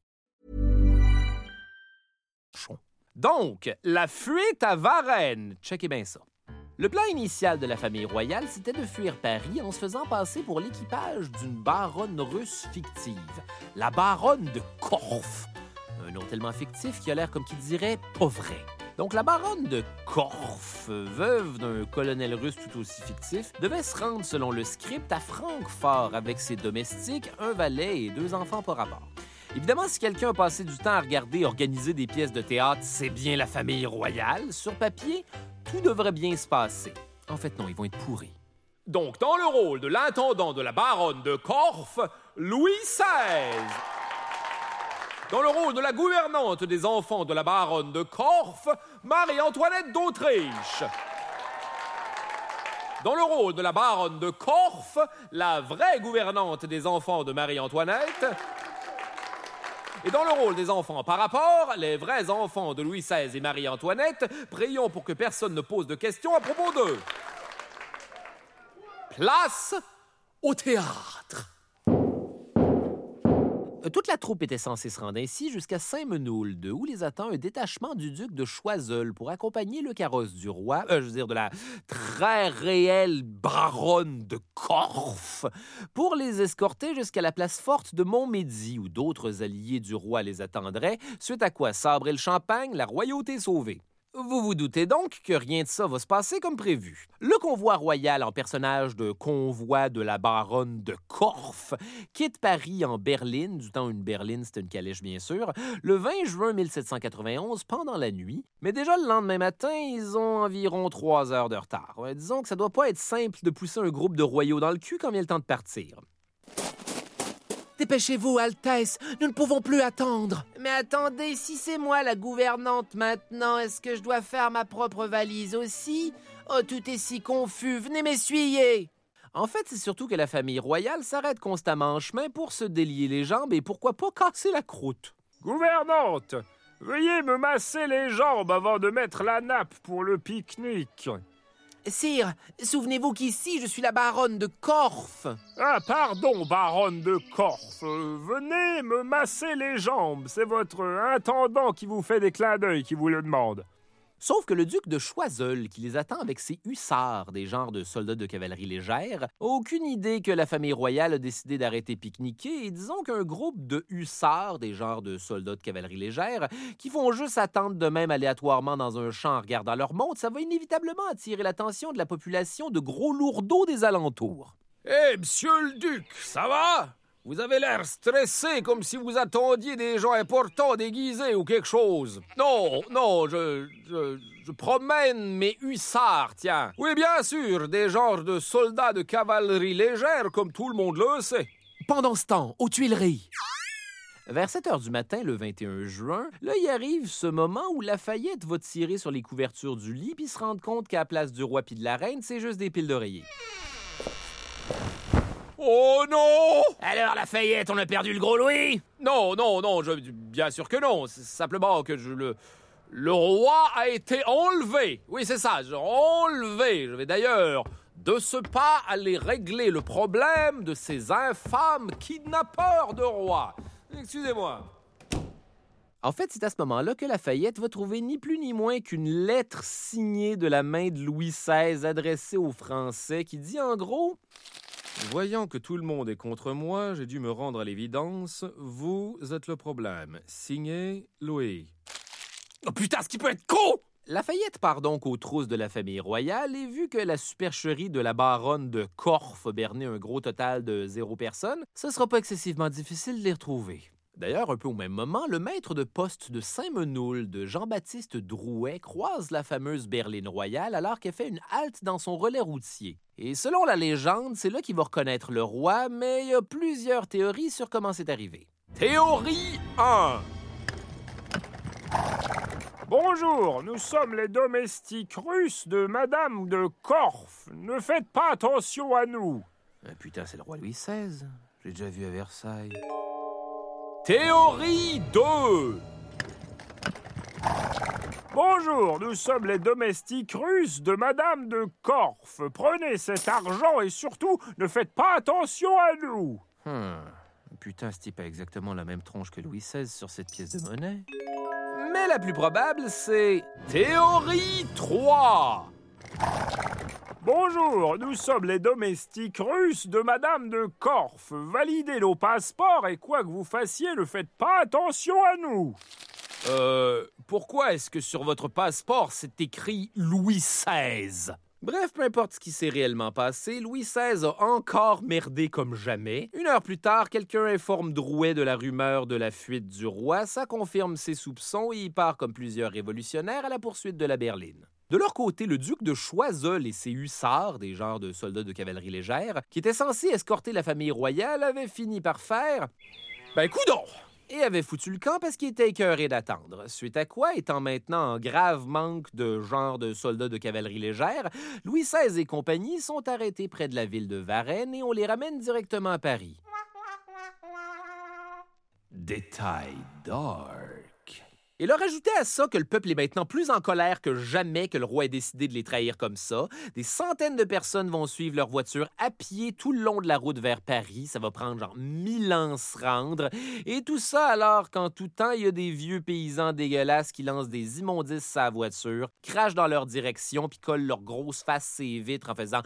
Donc, la fuite à Varennes. Checkez bien ça. Le plan initial de la famille royale, c'était de fuir Paris en se faisant passer pour l'équipage d'une baronne russe fictive, la baronne de Korff. Un nom tellement fictif qui a l'air comme qui dirait pas vrai. Donc, la baronne de Korff, veuve d'un colonel russe tout aussi fictif, devait se rendre, selon le script, à Francfort avec ses domestiques, un valet et 2 enfants par rapport. Évidemment, si quelqu'un a passé du temps à regarder organiser des pièces de théâtre, c'est bien la famille royale. Sur papier, tout devrait bien se passer. En fait, non, ils vont être pourris. Donc, dans le rôle de l'intendant de la baronne de Korff, Louis XVI. Dans le rôle de la gouvernante des enfants de la baronne de Korff, Marie-Antoinette d'Autriche. Dans le rôle de la baronne de Korff, la vraie gouvernante des enfants de Marie-Antoinette. Et dans le rôle des enfants par rapport, les vrais enfants de Louis XVI et Marie-Antoinette, prions pour que personne ne pose de questions à propos d'eux. Place au théâtre. Toute la troupe était censée se rendre ainsi jusqu'à Saint-Menould, où les attend un détachement du duc de Choiseul pour accompagner le carrosse du roi, de la très réelle baronne de Korff, pour les escorter jusqu'à la place forte de Montmédy, où d'autres alliés du roi les attendraient, suite à quoi sabre et le champagne, la royauté sauvée. Vous vous doutez donc que rien de ça va se passer comme prévu. Le convoi royal en personnage de convoi de la baronne de Korff quitte Paris en berline, du temps où une berline c'était une calèche bien sûr, le 20 juin 1791 pendant la nuit, mais déjà le lendemain matin, ils ont environ 3 heures de retard. Ouais, disons que ça doit pas être simple de pousser un groupe de royaux dans le cul quand vient le temps de partir. Dépêchez-vous, Altesse, nous ne pouvons plus attendre. Mais attendez, si c'est moi la gouvernante maintenant, est-ce que je dois faire ma propre valise aussi? Oh, tout est si confus, venez m'essuyer. En fait, c'est surtout que la famille royale s'arrête constamment en chemin pour se délier les jambes et pourquoi pas casser la croûte. Gouvernante, veuillez me masser les jambes avant de mettre la nappe pour le pique-nique. Sire, souvenez-vous qu'ici, je suis la baronne de Korff. Ah, pardon, baronne de Korff. Venez me masser les jambes. C'est votre intendant qui vous fait des clins d'œil qui vous le demande. Sauf que le duc de Choiseul, qui les attend avec ses hussards, des genres de soldats de cavalerie légère, a aucune idée que la famille royale a décidé d'arrêter pique-niquer et disons qu'un groupe de hussards, des genres de soldats de cavalerie légère, qui font juste attendre de même aléatoirement dans un champ en regardant leur montre, ça va inévitablement attirer l'attention de la population de gros lourdeaux des alentours. Hé, monsieur le duc, ça va? Vous avez l'air stressé, comme si vous attendiez des gens importants déguisés ou quelque chose. Non, je promène mes hussards, tiens. Oui, bien sûr, des genres de soldats de cavalerie légère, comme tout le monde le sait. Pendant ce temps, aux Tuileries. Vers 7 heures du matin, le 21 juin, là, il arrive ce moment où Lafayette va tirer sur les couvertures du lit puis se rendre compte qu'à la place du roi puis de la reine, c'est juste des piles d'oreiller. Oh non! Alors, Lafayette, on a perdu le gros Louis? Non, bien sûr que non. C'est simplement que le roi a été enlevé. Oui, c'est ça, enlevé. Je vais d'ailleurs, de ce pas, aller régler le problème de ces infâmes kidnappeurs de rois. Excusez-moi. En fait, c'est à ce moment-là que Lafayette va trouver ni plus ni moins qu'une lettre signée de la main de Louis XVI adressée aux Français qui dit en gros... Voyant que tout le monde est contre moi, j'ai dû me rendre à l'évidence. Vous êtes le problème. Signé Louis. Oh putain, ce qui peut être con! Lafayette part donc aux trousses de la famille royale et vu que la supercherie de la baronne de Corfe a berné un gros total de 0 personnes, ce sera pas excessivement difficile de les retrouver. D'ailleurs, un peu au même moment, le maître de poste de Saint-Menoul de Jean-Baptiste Drouet croise la fameuse berline royale alors qu'elle fait une halte dans son relais routier. Et selon la légende, c'est là qu'il va reconnaître le roi, mais il y a plusieurs théories sur comment c'est arrivé. Théorie 1. Bonjour, nous sommes les domestiques russes de Madame de Corfe. Ne faites pas attention à nous. Putain, c'est le roi Louis XVI. J'ai déjà vu à Versailles. Théorie 2. Bonjour, nous sommes les domestiques russes de Madame de Corfe. Prenez cet argent et surtout, ne faites pas attention à nous. Putain, ce type a exactement la même tronche que Louis XVI sur cette pièce de monnaie. Mais la plus probable, c'est... Théorie 3. Bonjour, nous sommes les domestiques russes de Madame de Corfe. Validez nos passeports et quoi que vous fassiez, ne faites pas attention à nous. Pourquoi est-ce que sur votre passeport, c'est écrit Louis XVI? Bref, peu importe ce qui s'est réellement passé, Louis XVI a encore merdé comme jamais. 1 heure plus tard, quelqu'un informe Drouet de la rumeur de la fuite du roi. Ça confirme ses soupçons et il part comme plusieurs révolutionnaires à la poursuite de la berline. De leur côté, le duc de Choiseul et ses hussards, des genres de soldats de cavalerie légère, qui étaient censés escorter la famille royale, avaient fini par faire... coudonc! Et avaient foutu le camp parce qu'ils étaient écœurés d'attendre. Suite à quoi, étant maintenant en grave manque de genre de soldats de cavalerie légère, Louis XVI et compagnie sont arrêtés près de la ville de Varennes et on les ramène directement à Paris. Détail dark. Et leur ajouter à ça que le peuple est maintenant plus en colère que jamais que le roi ait décidé de les trahir comme ça. Des centaines de personnes vont suivre leur voiture à pied tout le long de la route vers Paris. Ça va prendre genre 1000 ans se rendre. Et tout ça alors qu'en tout temps, il y a des vieux paysans dégueulasses qui lancent des immondices sur la voiture, crachent dans leur direction puis collent leur grosse face sur les vitres en faisant...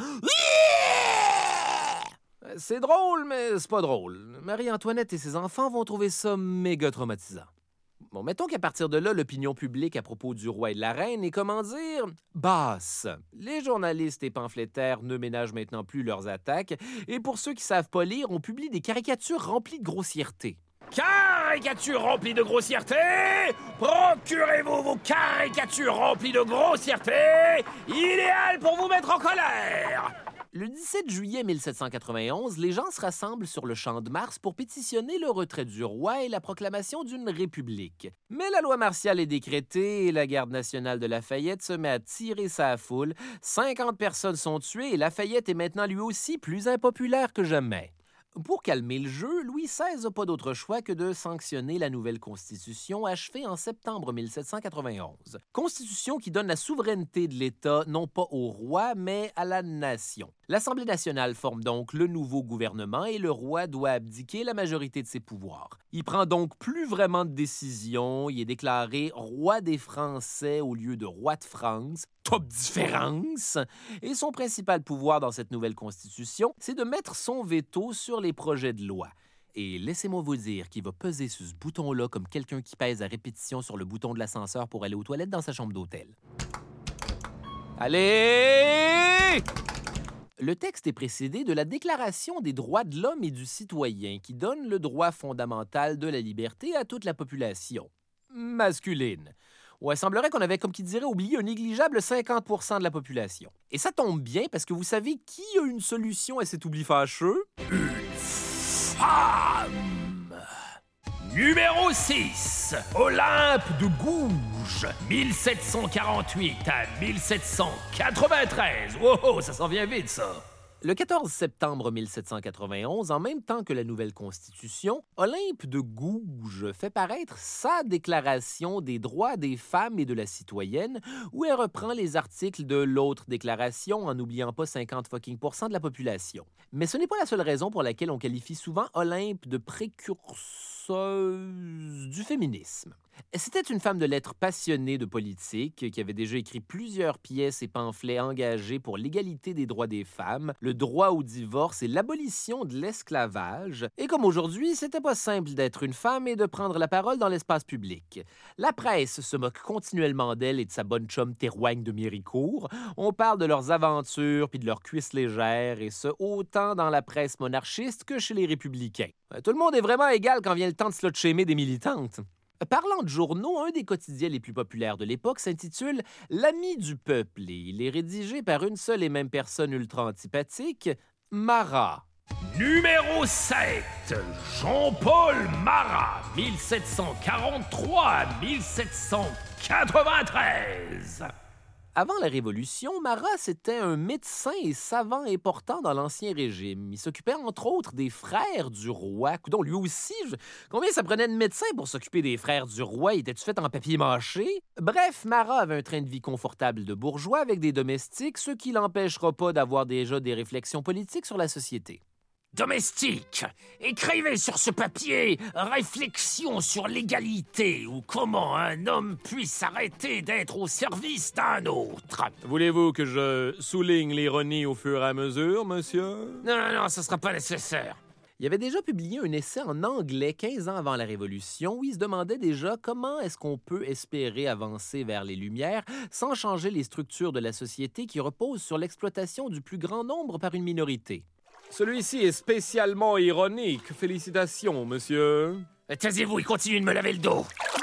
C'est drôle, mais c'est pas drôle. Marie-Antoinette et ses enfants vont trouver ça méga traumatisant. Bon, mettons qu'à partir de là, l'opinion publique à propos du roi et de la reine est, comment dire, basse. Les journalistes et pamphlétaires ne ménagent maintenant plus leurs attaques, et pour ceux qui savent pas lire, on publie des caricatures remplies de grossièreté. Caricatures remplies de grossièreté! Procurez-vous vos caricatures remplies de grossièreté! Idéal pour vous mettre en colère! Le 17 juillet 1791, les gens se rassemblent sur le Champ de Mars pour pétitionner le retrait du roi et la proclamation d'une république. Mais la loi martiale est décrétée et la garde nationale de Lafayette se met à tirer sa foule. 50 personnes sont tuées et Lafayette est maintenant lui aussi plus impopulaire que jamais. Pour calmer le jeu, Louis XVI n'a pas d'autre choix que de sanctionner la nouvelle Constitution achevée en septembre 1791. Constitution qui donne la souveraineté de l'État non pas au roi, mais à la nation. L'Assemblée nationale forme donc le nouveau gouvernement et le roi doit abdiquer la majorité de ses pouvoirs. Il prend donc plus vraiment de décisions, il est déclaré roi des Français au lieu de roi de France. Top différence! Et son principal pouvoir dans cette nouvelle constitution, c'est de mettre son veto sur les projets de loi. Et laissez-moi vous dire qu'il va peser sur ce bouton-là comme quelqu'un qui pèse à répétition sur le bouton de l'ascenseur pour aller aux toilettes dans sa chambre d'hôtel. Allez! Le texte est précédé de la Déclaration des droits de l'homme et du citoyen qui donne le droit fondamental de la liberté à toute la population masculine. Ouais, semblerait qu'on avait, comme qui dirait, oublié un négligeable 50% de la population. Et ça tombe bien parce que vous savez qui a une solution à cet oubli fâcheux? Une femme! Numéro 6, Olympe de Gouges, 1748 à 1793. Oh, ça s'en vient vite, ça! Le 14 septembre 1791, en même temps que la nouvelle Constitution, Olympe de Gouges fait paraître sa Déclaration des droits des femmes et de la citoyenne, où elle reprend les articles de l'autre déclaration en n'oubliant pas 50% de la population. Mais ce n'est pas la seule raison pour laquelle on qualifie souvent Olympe de précurseuse du féminisme. C'était une femme de lettres passionnée de politique qui avait déjà écrit plusieurs pièces et pamphlets engagés pour l'égalité des droits des femmes, le droit au divorce et l'abolition de l'esclavage. Et comme aujourd'hui, c'était pas simple d'être une femme et de prendre la parole dans l'espace public. La presse se moque continuellement d'elle et de sa bonne chum Théroigne de Méricourt. On parle de leurs aventures puis de leurs cuisses légères, et ce, autant dans la presse monarchiste que chez les républicains. Tout le monde est vraiment égal quand vient le temps de slut-shamer des militantes. Parlant de journaux, un des quotidiens les plus populaires de l'époque s'intitule « L'ami du peuple » et il est rédigé par une seule et même personne ultra antipathique, Marat. Numéro 7, Jean-Paul Marat, 1743 à 1793. Avant la Révolution, Marat, c'était un médecin et savant important dans l'Ancien Régime. Il s'occupait entre autres des frères du roi. Coudonc, lui aussi, combien ça prenait de médecins pour s'occuper des frères du roi? Il était-tu fait en papier mâché? Bref, Marat avait un train de vie confortable de bourgeois avec des domestiques, ce qui l'empêchera pas d'avoir déjà des réflexions politiques sur la société. Domestique, écrivez sur ce papier réflexion sur l'égalité ou comment un homme puisse arrêter d'être au service d'un autre. Voulez-vous que je souligne l'ironie au fur et à mesure, monsieur? Non, ce sera pas nécessaire. Il avait déjà publié un essai en anglais 15 ans avant la Révolution où il se demandait déjà comment est-ce qu'on peut espérer avancer vers les Lumières sans changer les structures de la société qui reposent sur l'exploitation du plus grand nombre par une minorité. Celui-ci est spécialement ironique. Félicitations, monsieur. Taisez-vous, il continue de me laver le dos.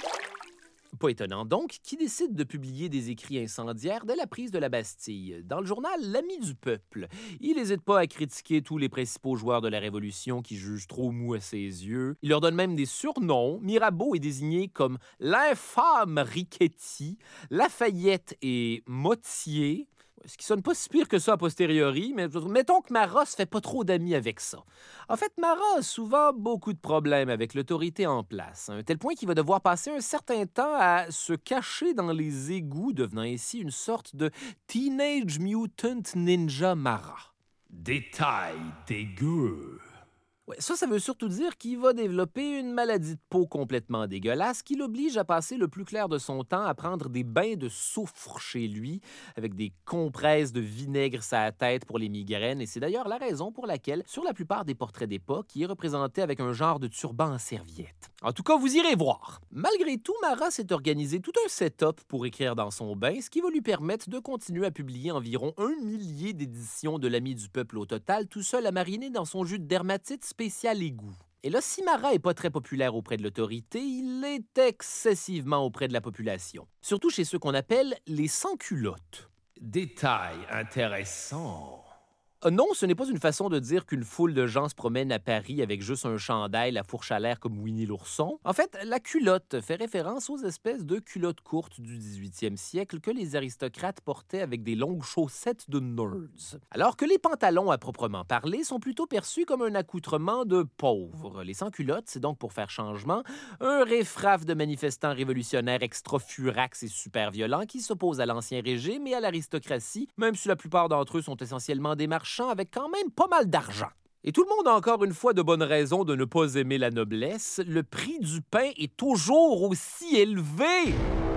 Pas étonnant donc qu'il décide de publier des écrits incendiaires dès la prise de la Bastille. Dans le journal L'Ami du peuple, il n'hésite pas à critiquer tous les principaux joueurs de la Révolution qui jugent trop mou à ses yeux. Il leur donne même des surnoms. Mirabeau est désigné comme l'infâme Riquetti, Lafayette et Mottier. Ce qui sonne pas si pire que ça a posteriori, mais mettons que Marat se fait pas trop d'amis avec ça. En fait, Marat a souvent beaucoup de problèmes avec l'autorité en place, à un tel point qu'il va devoir passer un certain temps à se cacher dans les égouts, devenant ainsi une sorte de Teenage Mutant Ninja Marat. Détail dégueu. Ouais, ça veut surtout dire qu'il va développer une maladie de peau complètement dégueulasse qui l'oblige à passer le plus clair de son temps à prendre des bains de soufre chez lui, avec des compresses de vinaigre sur la tête pour les migraines, et c'est d'ailleurs la raison pour laquelle, sur la plupart des portraits d'époque, il est représenté avec un genre de turban en serviette. En tout cas, vous irez voir. Malgré tout, Marat s'est organisé tout un setup pour écrire dans son bain, ce qui va lui permettre de continuer à publier environ 1 millier d'éditions de l'Ami du peuple au total, tout seul à mariner dans son jus de dermatite spécial égout. Et là, si Marat n'est pas très populaire auprès de l'autorité, il est excessivement auprès de la population. Surtout chez ceux qu'on appelle les sans-culottes. Détail intéressant. Non, ce n'est pas une façon de dire qu'une foule de gens se promène à Paris avec juste un chandail, la fourche à l'air comme Winnie l'ourson. En fait, la culotte fait référence aux espèces de culottes courtes du 18e siècle que les aristocrates portaient avec des longues chaussettes de nerds. Alors que les pantalons, à proprement parler, sont plutôt perçus comme un accoutrement de pauvres. Les sans-culottes, c'est donc pour faire changement, un riff-raff de manifestants révolutionnaires extra-furax et super violents qui s'opposent à l'Ancien Régime et à l'aristocratie, même si la plupart d'entre eux sont essentiellement des marchands avec quand même pas mal d'argent. Et tout le monde a encore une fois de bonnes raisons de ne pas aimer la noblesse. Le prix du pain est toujours aussi élevé.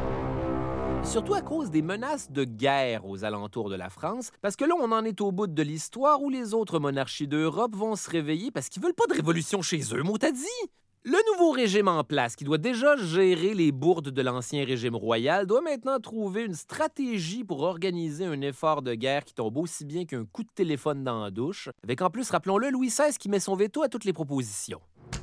Surtout à cause des menaces de guerre aux alentours de la France, parce que là, on en est au bout de l'histoire où les autres monarchies d'Europe vont se réveiller parce qu'ils veulent pas de révolution chez eux, mot à dit. Le nouveau régime en place, qui doit déjà gérer les bourdes de l'ancien régime royal, doit maintenant trouver une stratégie pour organiser un effort de guerre qui tombe aussi bien qu'un coup de téléphone dans la douche, avec en plus, rappelons-le, Louis XVI qui met son veto à toutes les propositions.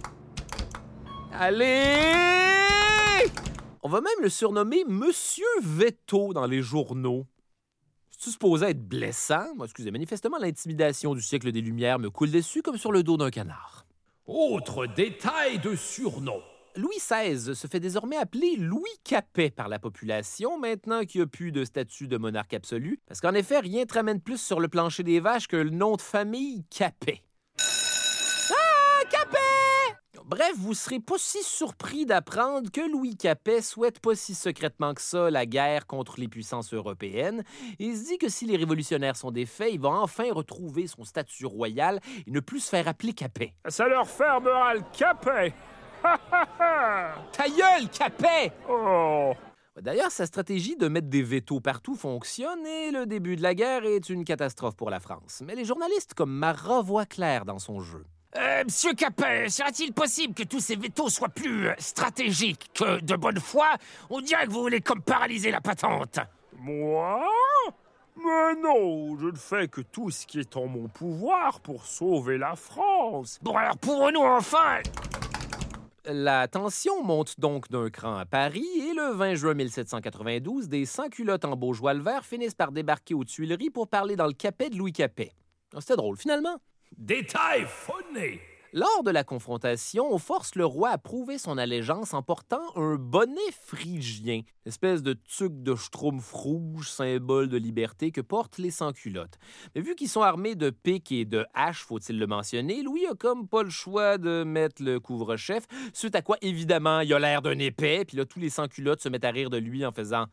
Allez! On va même le surnommer Monsieur Veto dans les journaux. C'est supposé être blessant? Excusez, manifestement, l'intimidation du siècle des Lumières me coule dessus comme sur le dos d'un canard. Autre détail de surnom. Louis XVI se fait désormais appeler Louis Capet par la population, maintenant qu'il n'y a plus de statut de monarque absolu, parce qu'en effet, rien ne te ramène plus sur le plancher des vaches que le nom de famille Capet. Ah, Capet! Bref, vous serez pas si surpris d'apprendre que Louis Capet souhaite pas si secrètement que ça la guerre contre les puissances européennes. Il se dit que si les révolutionnaires sont défaits, il va enfin retrouver son statut royal et ne plus se faire appeler Capet. Ça leur fermera le Capet! Ta gueule, Capet! Oh! D'ailleurs, sa stratégie de mettre des vétos partout fonctionne et le début de la guerre est une catastrophe pour la France. Mais les journalistes comme Marat voient clair dans son jeu. Monsieur Capet, serait-il possible que tous ces vétos soient plus stratégiques que de bonne foi? On dirait que vous voulez comme paralyser la patente. Moi? Mais non, je ne fais que tout ce qui est en mon pouvoir pour sauver la France. Bon, alors pouvons-nous enfin... La tension monte donc d'un cran à Paris et le 20 juin 1792, des sans-culottes en bourgeois le vert finissent par débarquer aux Tuileries pour parler dans le Capet de Louis Capet. C'était drôle, finalement. Détail funny! Lors de la confrontation, on force le roi à prouver son allégeance en portant un bonnet phrygien, espèce de tuque de schtroumpf rouge, symbole de liberté que portent les sans-culottes. Mais vu qu'ils sont armés de piques et de haches, faut-il le mentionner, Louis a comme pas le choix de mettre le couvre-chef, suite à quoi, évidemment, il a l'air d'un épais, puis là, tous les sans-culottes se mettent à rire de lui en faisant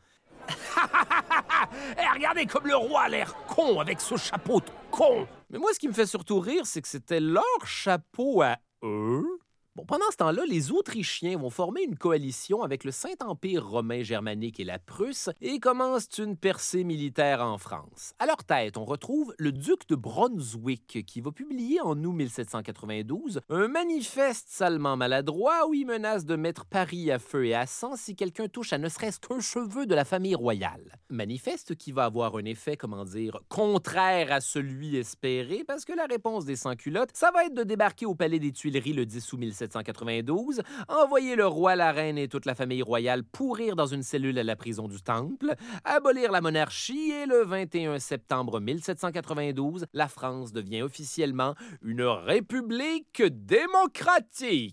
Eh, regardez comme le roi a l'air con avec ce chapeau de con! Mais moi, ce qui me fait surtout rire, c'est que c'était leur chapeau à eux. Bon, pendant ce temps-là, les Autrichiens vont former une coalition avec le Saint-Empire romain germanique et la Prusse et commencent une percée militaire en France. À leur tête, on retrouve le duc de Brunswick qui va publier en août 1792 un manifeste salement maladroit où il menace de mettre Paris à feu et à sang si quelqu'un touche à ne serait-ce qu'un cheveu de la famille royale. Manifeste qui va avoir un effet, contraire à celui espéré parce que la réponse des sans-culottes, ça va être de débarquer au palais des Tuileries le 10 août 1792, envoyer le roi, la reine et toute la famille royale pourrir dans une cellule à la prison du Temple, abolir la monarchie et le 21 septembre 1792, la France devient officiellement une république démocratique.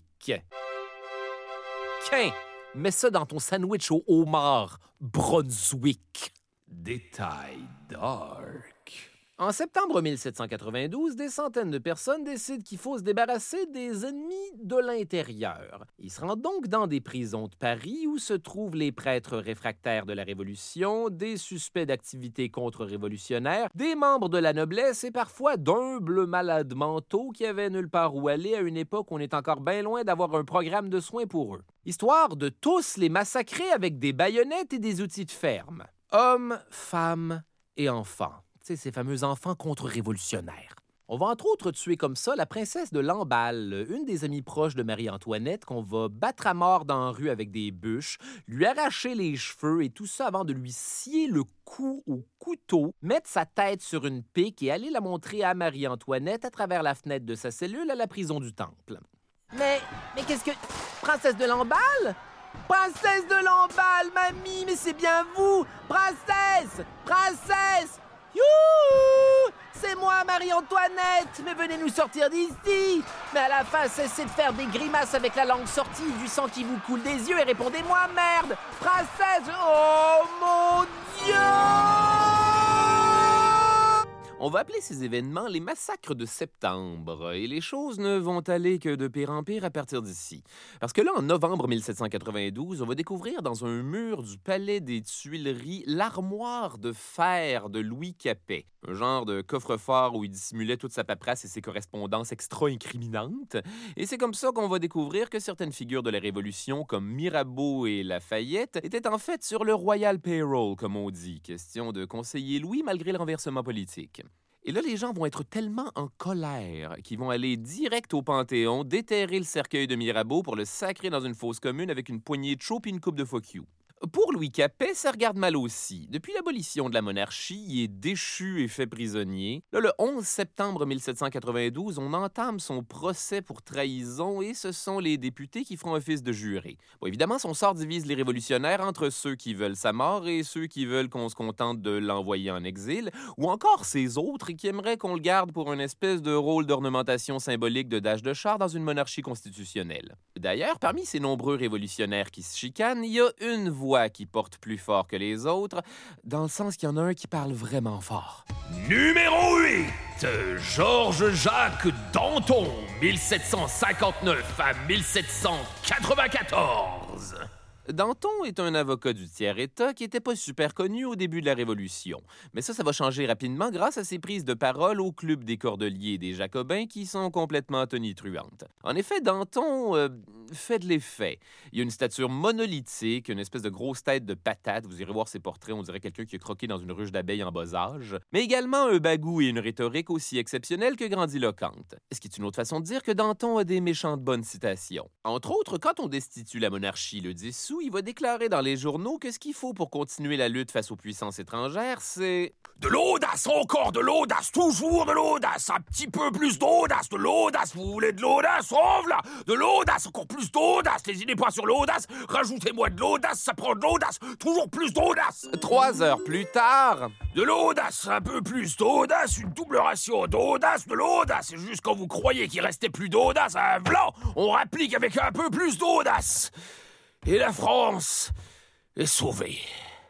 Quin, mets ça dans ton sandwich au homard, Brunswick. Détail dark. En septembre 1792, des centaines de personnes décident qu'il faut se débarrasser des ennemis de l'intérieur. Ils se rendent donc dans des prisons de Paris où se trouvent les prêtres réfractaires de la Révolution, des suspects d'activités contre-révolutionnaires, des membres de la noblesse et parfois d'humbles malades mentaux qui avaient nulle part où aller à une époque où on est encore bien loin d'avoir un programme de soins pour eux. Histoire de tous les massacrer avec des baïonnettes et des outils de ferme. Hommes, femmes et enfants. Ces fameux enfants contre-révolutionnaires. On va entre autres tuer comme ça la princesse de Lamballe, une des amies proches de Marie-Antoinette qu'on va battre à mort dans la rue avec des bûches, lui arracher les cheveux et tout ça avant de lui scier le cou au couteau, mettre sa tête sur une pique et aller la montrer à Marie-Antoinette à travers la fenêtre de sa cellule à la prison du Temple. Mais qu'est-ce que... Princesse de Lamballe? Princesse de Lamballe, mamie, mais c'est bien vous! Princesse! Princesse! Youhou! C'est moi, Marie-Antoinette! Mais venez nous sortir d'ici! Mais à la fin, cessez de faire des grimaces avec la langue sortie, du sang qui vous coule des yeux et répondez-moi, merde! Princesse! Oh mon Dieu! On va appeler ces événements les massacres de septembre, et les choses ne vont aller que de pire en pire à partir d'ici. Parce que là, en novembre 1792, on va découvrir dans un mur du palais des Tuileries l'armoire de fer de Louis Capet, un genre de coffre-fort où il dissimulait toute sa paperasse et ses correspondances extra-incriminantes. Et c'est comme ça qu'on va découvrir que certaines figures de la Révolution, comme Mirabeau et Lafayette, étaient en fait sur le Royal Payroll, comme on dit, question de conseiller Louis malgré le renversement politique. Et là, les gens vont être tellement en colère qu'ils vont aller direct au Panthéon, déterrer le cercueil de Mirabeau pour le sacrer dans une fosse commune avec une poignée de chaux puis une coupe de fuck you. Pour Louis Capet, ça regarde mal aussi. Depuis l'abolition de la monarchie, il est déchu et fait prisonnier. Là, le 11 septembre 1792, on entame son procès pour trahison et ce sont les députés qui feront office de jurés. Bon, évidemment, son sort divise les révolutionnaires entre ceux qui veulent sa mort et ceux qui veulent qu'on se contente de l'envoyer en exil, ou encore ces autres qui aimeraient qu'on le garde pour une espèce de rôle d'ornementation symbolique de dash de char dans une monarchie constitutionnelle. D'ailleurs, parmi ces nombreux révolutionnaires qui se chicanent, il y a une voix qui porte plus fort que les autres, dans le sens qu'il y en a un qui parle vraiment fort. Numéro 8, Georges-Jacques Danton, 1759 à 1794. Danton est un avocat du tiers-État qui n'était pas super connu au début de la Révolution. Mais ça va changer rapidement grâce à ses prises de parole au club des Cordeliers et des Jacobins qui sont complètement tonitruantes. En effet, Danton fait de l'effet. Il a une stature monolithique, une espèce de grosse tête de patate. Vous irez voir ses portraits, on dirait quelqu'un qui a croqué dans une ruche d'abeilles en bas âge. Mais également un bagou et une rhétorique aussi exceptionnelle que grandiloquente. Ce qui est une autre façon de dire que Danton a des méchantes bonnes citations. Entre autres, quand on destitue la monarchie, le dissout, il va déclarer dans les journaux que ce qu'il faut pour continuer la lutte face aux puissances étrangères, c'est... De l'audace, encore de l'audace, toujours de l'audace, un petit peu plus d'audace, de l'audace, vous voulez de l'audace, oh là, de l'audace, encore plus d'audace, lésinez pas sur l'audace, rajoutez-moi de l'audace, ça prend de l'audace, toujours plus d'audace. 3 heures plus tard... De l'audace, un peu plus d'audace, une double ration d'audace, de l'audace, et juste quand vous croyez qu'il restait plus d'audace, un blanc, on rapplique avec un peu plus d'audace. Et la France est sauvée.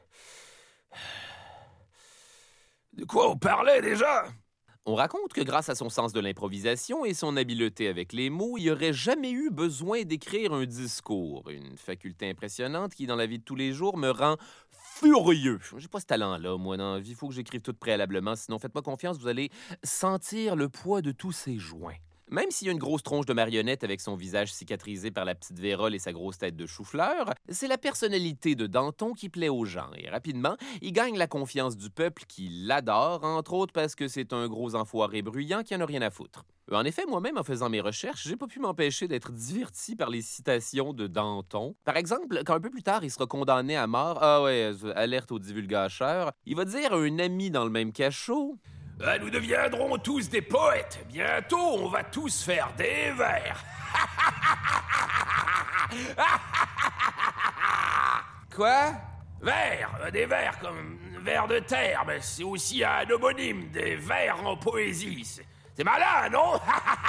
De quoi on parlait déjà? On raconte que grâce à son sens de l'improvisation et son habileté avec les mots, il n'y aurait jamais eu besoin d'écrire un discours. Une faculté impressionnante qui, dans la vie de tous les jours, me rend furieux. J'ai pas ce talent-là, moi, dans la vie. Il faut que j'écrive tout préalablement. Sinon, faites-moi confiance, vous allez sentir le poids de tous ces joints. Même s'il y a une grosse tronche de marionnette avec son visage cicatrisé par la petite vérole et sa grosse tête de chou-fleur, c'est la personnalité de Danton qui plaît aux gens. Et rapidement, il gagne la confiance du peuple qui l'adore, entre autres parce que c'est un gros enfoiré bruyant qui en a rien à foutre. En effet, moi-même, en faisant mes recherches, j'ai pas pu m'empêcher d'être diverti par les citations de Danton. Par exemple, quand un peu plus tard, il sera condamné à mort, alerte aux divulgateurs, il va dire à un ami dans le même cachot... Nous deviendrons tous des poètes. Bientôt, on va tous faire des vers. Quoi? Vers, des vers comme vers de terre, mais c'est aussi un homonyme des vers en poésie. C'est malin, non?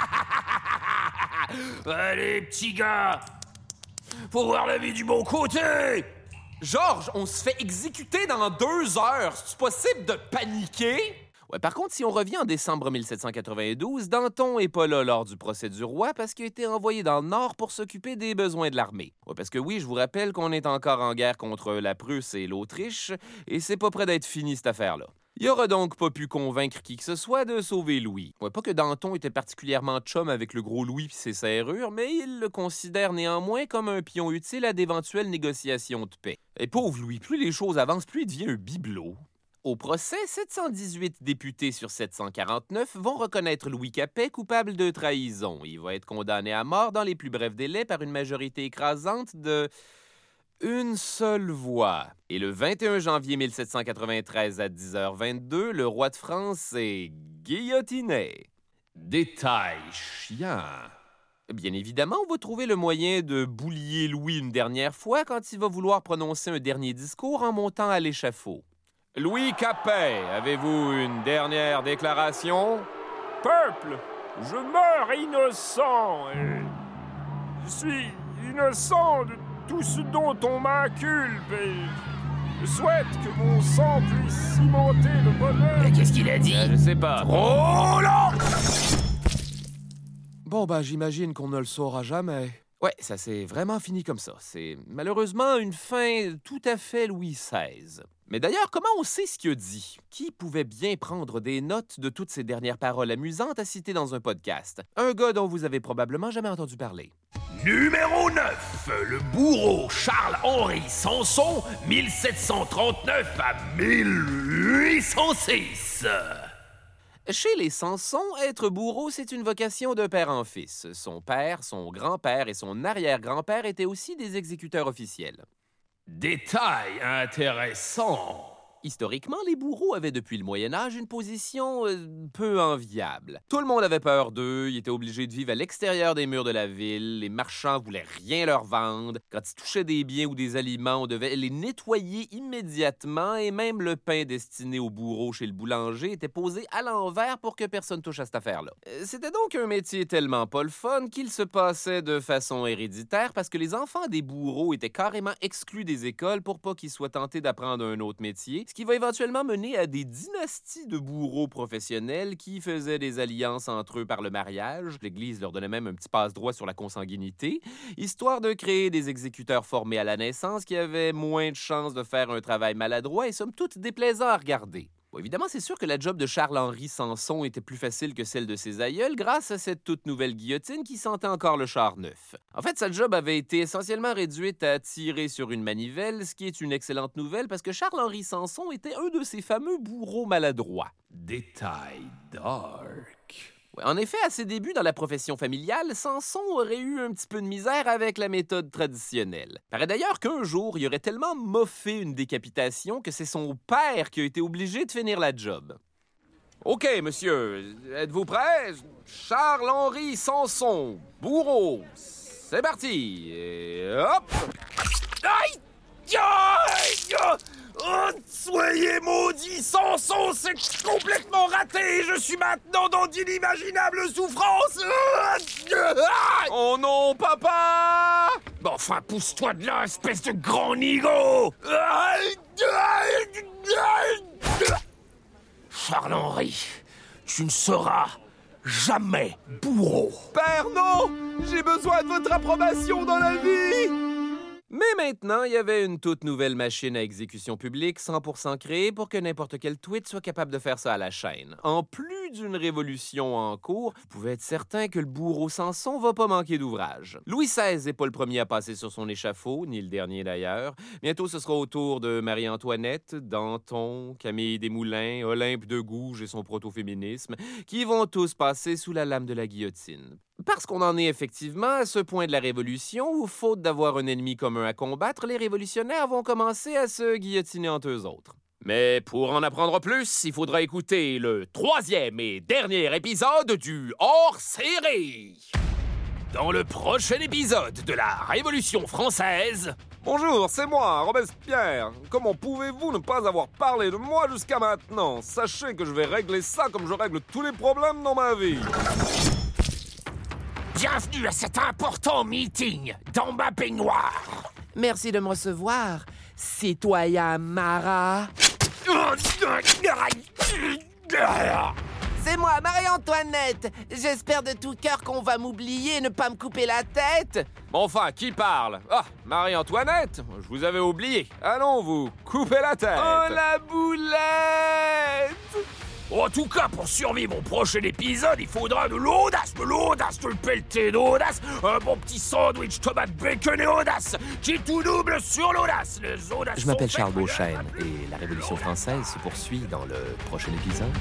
Allez, petits gars, faut voir la vie du bon côté. Georges, on se fait exécuter dans 2 heures. C'est possible de paniquer? Ouais, par contre, si on revient en décembre 1792, Danton est pas là lors du procès du roi parce qu'il a été envoyé dans le Nord pour s'occuper des besoins de l'armée. Ouais, parce que oui, je vous rappelle qu'on est encore en guerre contre la Prusse et l'Autriche, et c'est pas près d'être fini cette affaire-là. Il aura donc pas pu convaincre qui que ce soit de sauver Louis. Ouais, pas que Danton était particulièrement chum avec le gros Louis pis ses serrures, mais il le considère néanmoins comme un pion utile à d'éventuelles négociations de paix. Et pauvre Louis, plus les choses avancent, plus il devient un bibelot. Au procès, 718 députés sur 749 vont reconnaître Louis Capet coupable de trahison. Il va être condamné à mort dans les plus brefs délais par une majorité écrasante de... une seule voix. Et le 21 janvier 1793 à 10h22, le roi de France est guillotiné. Détail chiant. Bien évidemment, on va trouver le moyen de boulier Louis une dernière fois quand il va vouloir prononcer un dernier discours en montant à l'échafaud. Louis Capet, avez-vous une dernière déclaration? Peuple, je meurs innocent et je suis innocent de tout ce dont on m'inculpe et je souhaite que mon sang puisse cimenter le bonheur. Mais qu'est-ce qu'il a dit? Je sais pas. Oh là! Bon, j'imagine qu'on ne le saura jamais. Ouais, ça s'est vraiment fini comme ça. C'est malheureusement une fin tout à fait Louis XVI. Mais d'ailleurs, comment on sait ce qu'il a dit? Qui pouvait bien prendre des notes de toutes ces dernières paroles amusantes à citer dans un podcast? Un gars dont vous avez probablement jamais entendu parler. Numéro 9, le bourreau Charles-Henri Sanson, 1739 à 1806. Chez les Sanson, être bourreau, c'est une vocation de père en fils. Son père, son grand-père et son arrière-grand-père étaient aussi des exécuteurs officiels. Détail intéressant. Historiquement, les bourreaux avaient depuis le Moyen Âge une position peu enviable. Tout le monde avait peur d'eux, ils étaient obligés de vivre à l'extérieur des murs de la ville, les marchands voulaient rien leur vendre. Quand ils touchaient des biens ou des aliments, on devait les nettoyer immédiatement et même le pain destiné aux bourreaux chez le boulanger était posé à l'envers pour que personne touche à cette affaire-là. C'était donc un métier tellement pas le fun qu'il se passait de façon héréditaire parce que les enfants des bourreaux étaient carrément exclus des écoles pour pas qu'ils soient tentés d'apprendre un autre métier, ce qui va éventuellement mener à des dynasties de bourreaux professionnels qui faisaient des alliances entre eux par le mariage. L'Église leur donnait même un petit passe-droit sur la consanguinité, histoire de créer des exécuteurs formés à la naissance qui avaient moins de chances de faire un travail maladroit et somme toute déplaisant à regarder. Bon, évidemment, c'est sûr que la job de Charles-Henri Sanson était plus facile que celle de ses aïeuls grâce à cette toute nouvelle guillotine qui sentait encore le char neuf. En fait, sa job avait été essentiellement réduite à tirer sur une manivelle, ce qui est une excellente nouvelle parce que Charles-Henri Sanson était un de ces fameux bourreaux maladroits. Détail dark. Ouais, en effet, à ses débuts dans la profession familiale, Sanson aurait eu un petit peu de misère avec la méthode traditionnelle. Paraît d'ailleurs qu'un jour, il aurait tellement moffé une décapitation que c'est son père qui a été obligé de finir la job. OK, monsieur, êtes-vous prêt? Charles-Henri Sanson, bourreau, c'est parti. Et hop! Aïe! Aïe! Oh, soyez maudits, Sanson, c'est complètement raté. Je suis maintenant dans d'inimaginables souffrances. Oh non, papa! Bon, enfin, pousse-toi de là, espèce de grand nigo. Charles-Henri, tu ne seras jamais bourreau. Père, non! J'ai besoin de votre approbation dans la vie! Mais maintenant, il y avait une toute nouvelle machine à exécution publique 100% créée pour que n'importe quel tweet soit capable de faire ça à la chaîne. En plus d'une révolution en cours, vous pouvez être certain que le bourreau Sanson va pas manquer d'ouvrage. Louis XVI n'est pas le premier à passer sur son échafaud, ni le dernier d'ailleurs. Bientôt, ce sera au tour de Marie-Antoinette, Danton, Camille Desmoulins, Olympe de Gouges et son proto-féminisme, qui vont tous passer sous la lame de la guillotine. Parce qu'on en est effectivement à ce point de la Révolution où, faute d'avoir un ennemi commun à combattre, les révolutionnaires vont commencer à se guillotiner entre eux autres. Mais pour en apprendre plus, il faudra écouter le 3e et dernier épisode du hors-série. Dans le prochain épisode de la Révolution française... Bonjour, c'est moi, Robespierre. Comment pouvez-vous ne pas avoir parlé de moi jusqu'à maintenant? Sachez que je vais régler ça comme je règle tous les problèmes dans ma vie. Bienvenue à cet important meeting dans ma baignoire. Merci de me recevoir, citoyen Marat. C'est moi, Marie-Antoinette. J'espère de tout cœur qu'on va m'oublier et ne pas me couper la tête. Bon, enfin, qui parle? Ah, Marie-Antoinette? Je vous avais oublié. Allons, vous, coupez la tête. Oh, la boulette! En tout cas, pour survivre au prochain épisode, il faudra de l'audace, de le pelleter d'audace, un bon petit sandwich tomate bacon et audace, qui est tout double sur l'audace. Les audaces. Je m'appelle Charles Beauchesne et la Révolution française se poursuit dans le prochain épisode.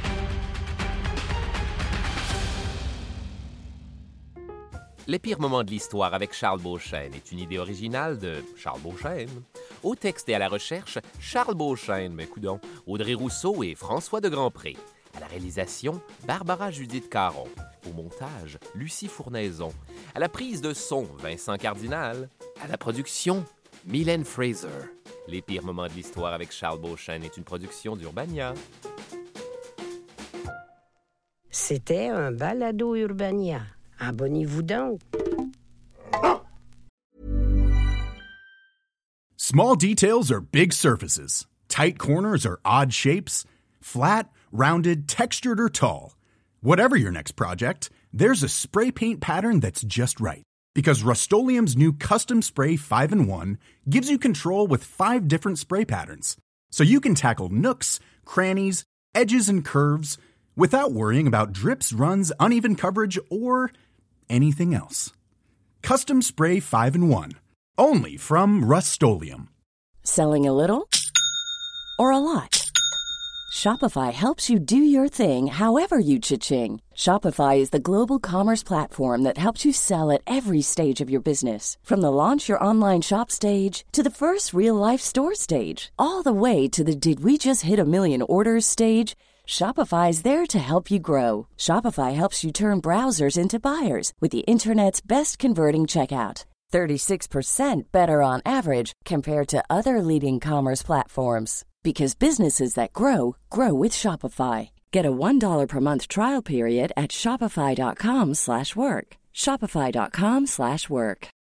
Les pires moments de l'histoire avec Charles Beauchesne est une idée originale de Charles Beauchesne. Au texte et à la recherche, Charles Beauchesne, mais coudonc, Audrey Rousseau et François de Grandpré. À la réalisation, Barbara Judith Caron. Au montage, Lucie Fournaison. À la prise de son, Vincent Cardinal. À la production, Mylène Fraser. Les pires moments de l'histoire avec Charles Beauchesne est une production d'Urbania. C'était un balado Urbania. Abonnez-vous donc. Small details are big surfaces. Tight corners are odd shapes. Flat, rounded, textured, or tall. Whatever your next project, there's a spray paint pattern that's just right. Because Rust-Oleum's new Custom Spray 5-in-1 gives you control with 5 different spray patterns. So you can tackle nooks, crannies, edges, and curves without worrying about drips, runs, uneven coverage, or anything else. Custom Spray 5-in-1. Only from Rust-Oleum. Selling a little or a lot? Shopify helps you do your thing however you cha-ching. Shopify is the global commerce platform that helps you sell at every stage of your business. From the launch your online shop stage to the first real-life store stage, all the way to the did we just hit a million orders stage. Shopify is there to help you grow. Shopify helps you turn browsers into buyers with the internet's best converting checkout. 36% better on average compared to other leading commerce platforms. Because businesses that grow, grow with Shopify. Get a $1 per month trial period at shopify.com/work. Shopify.com/work.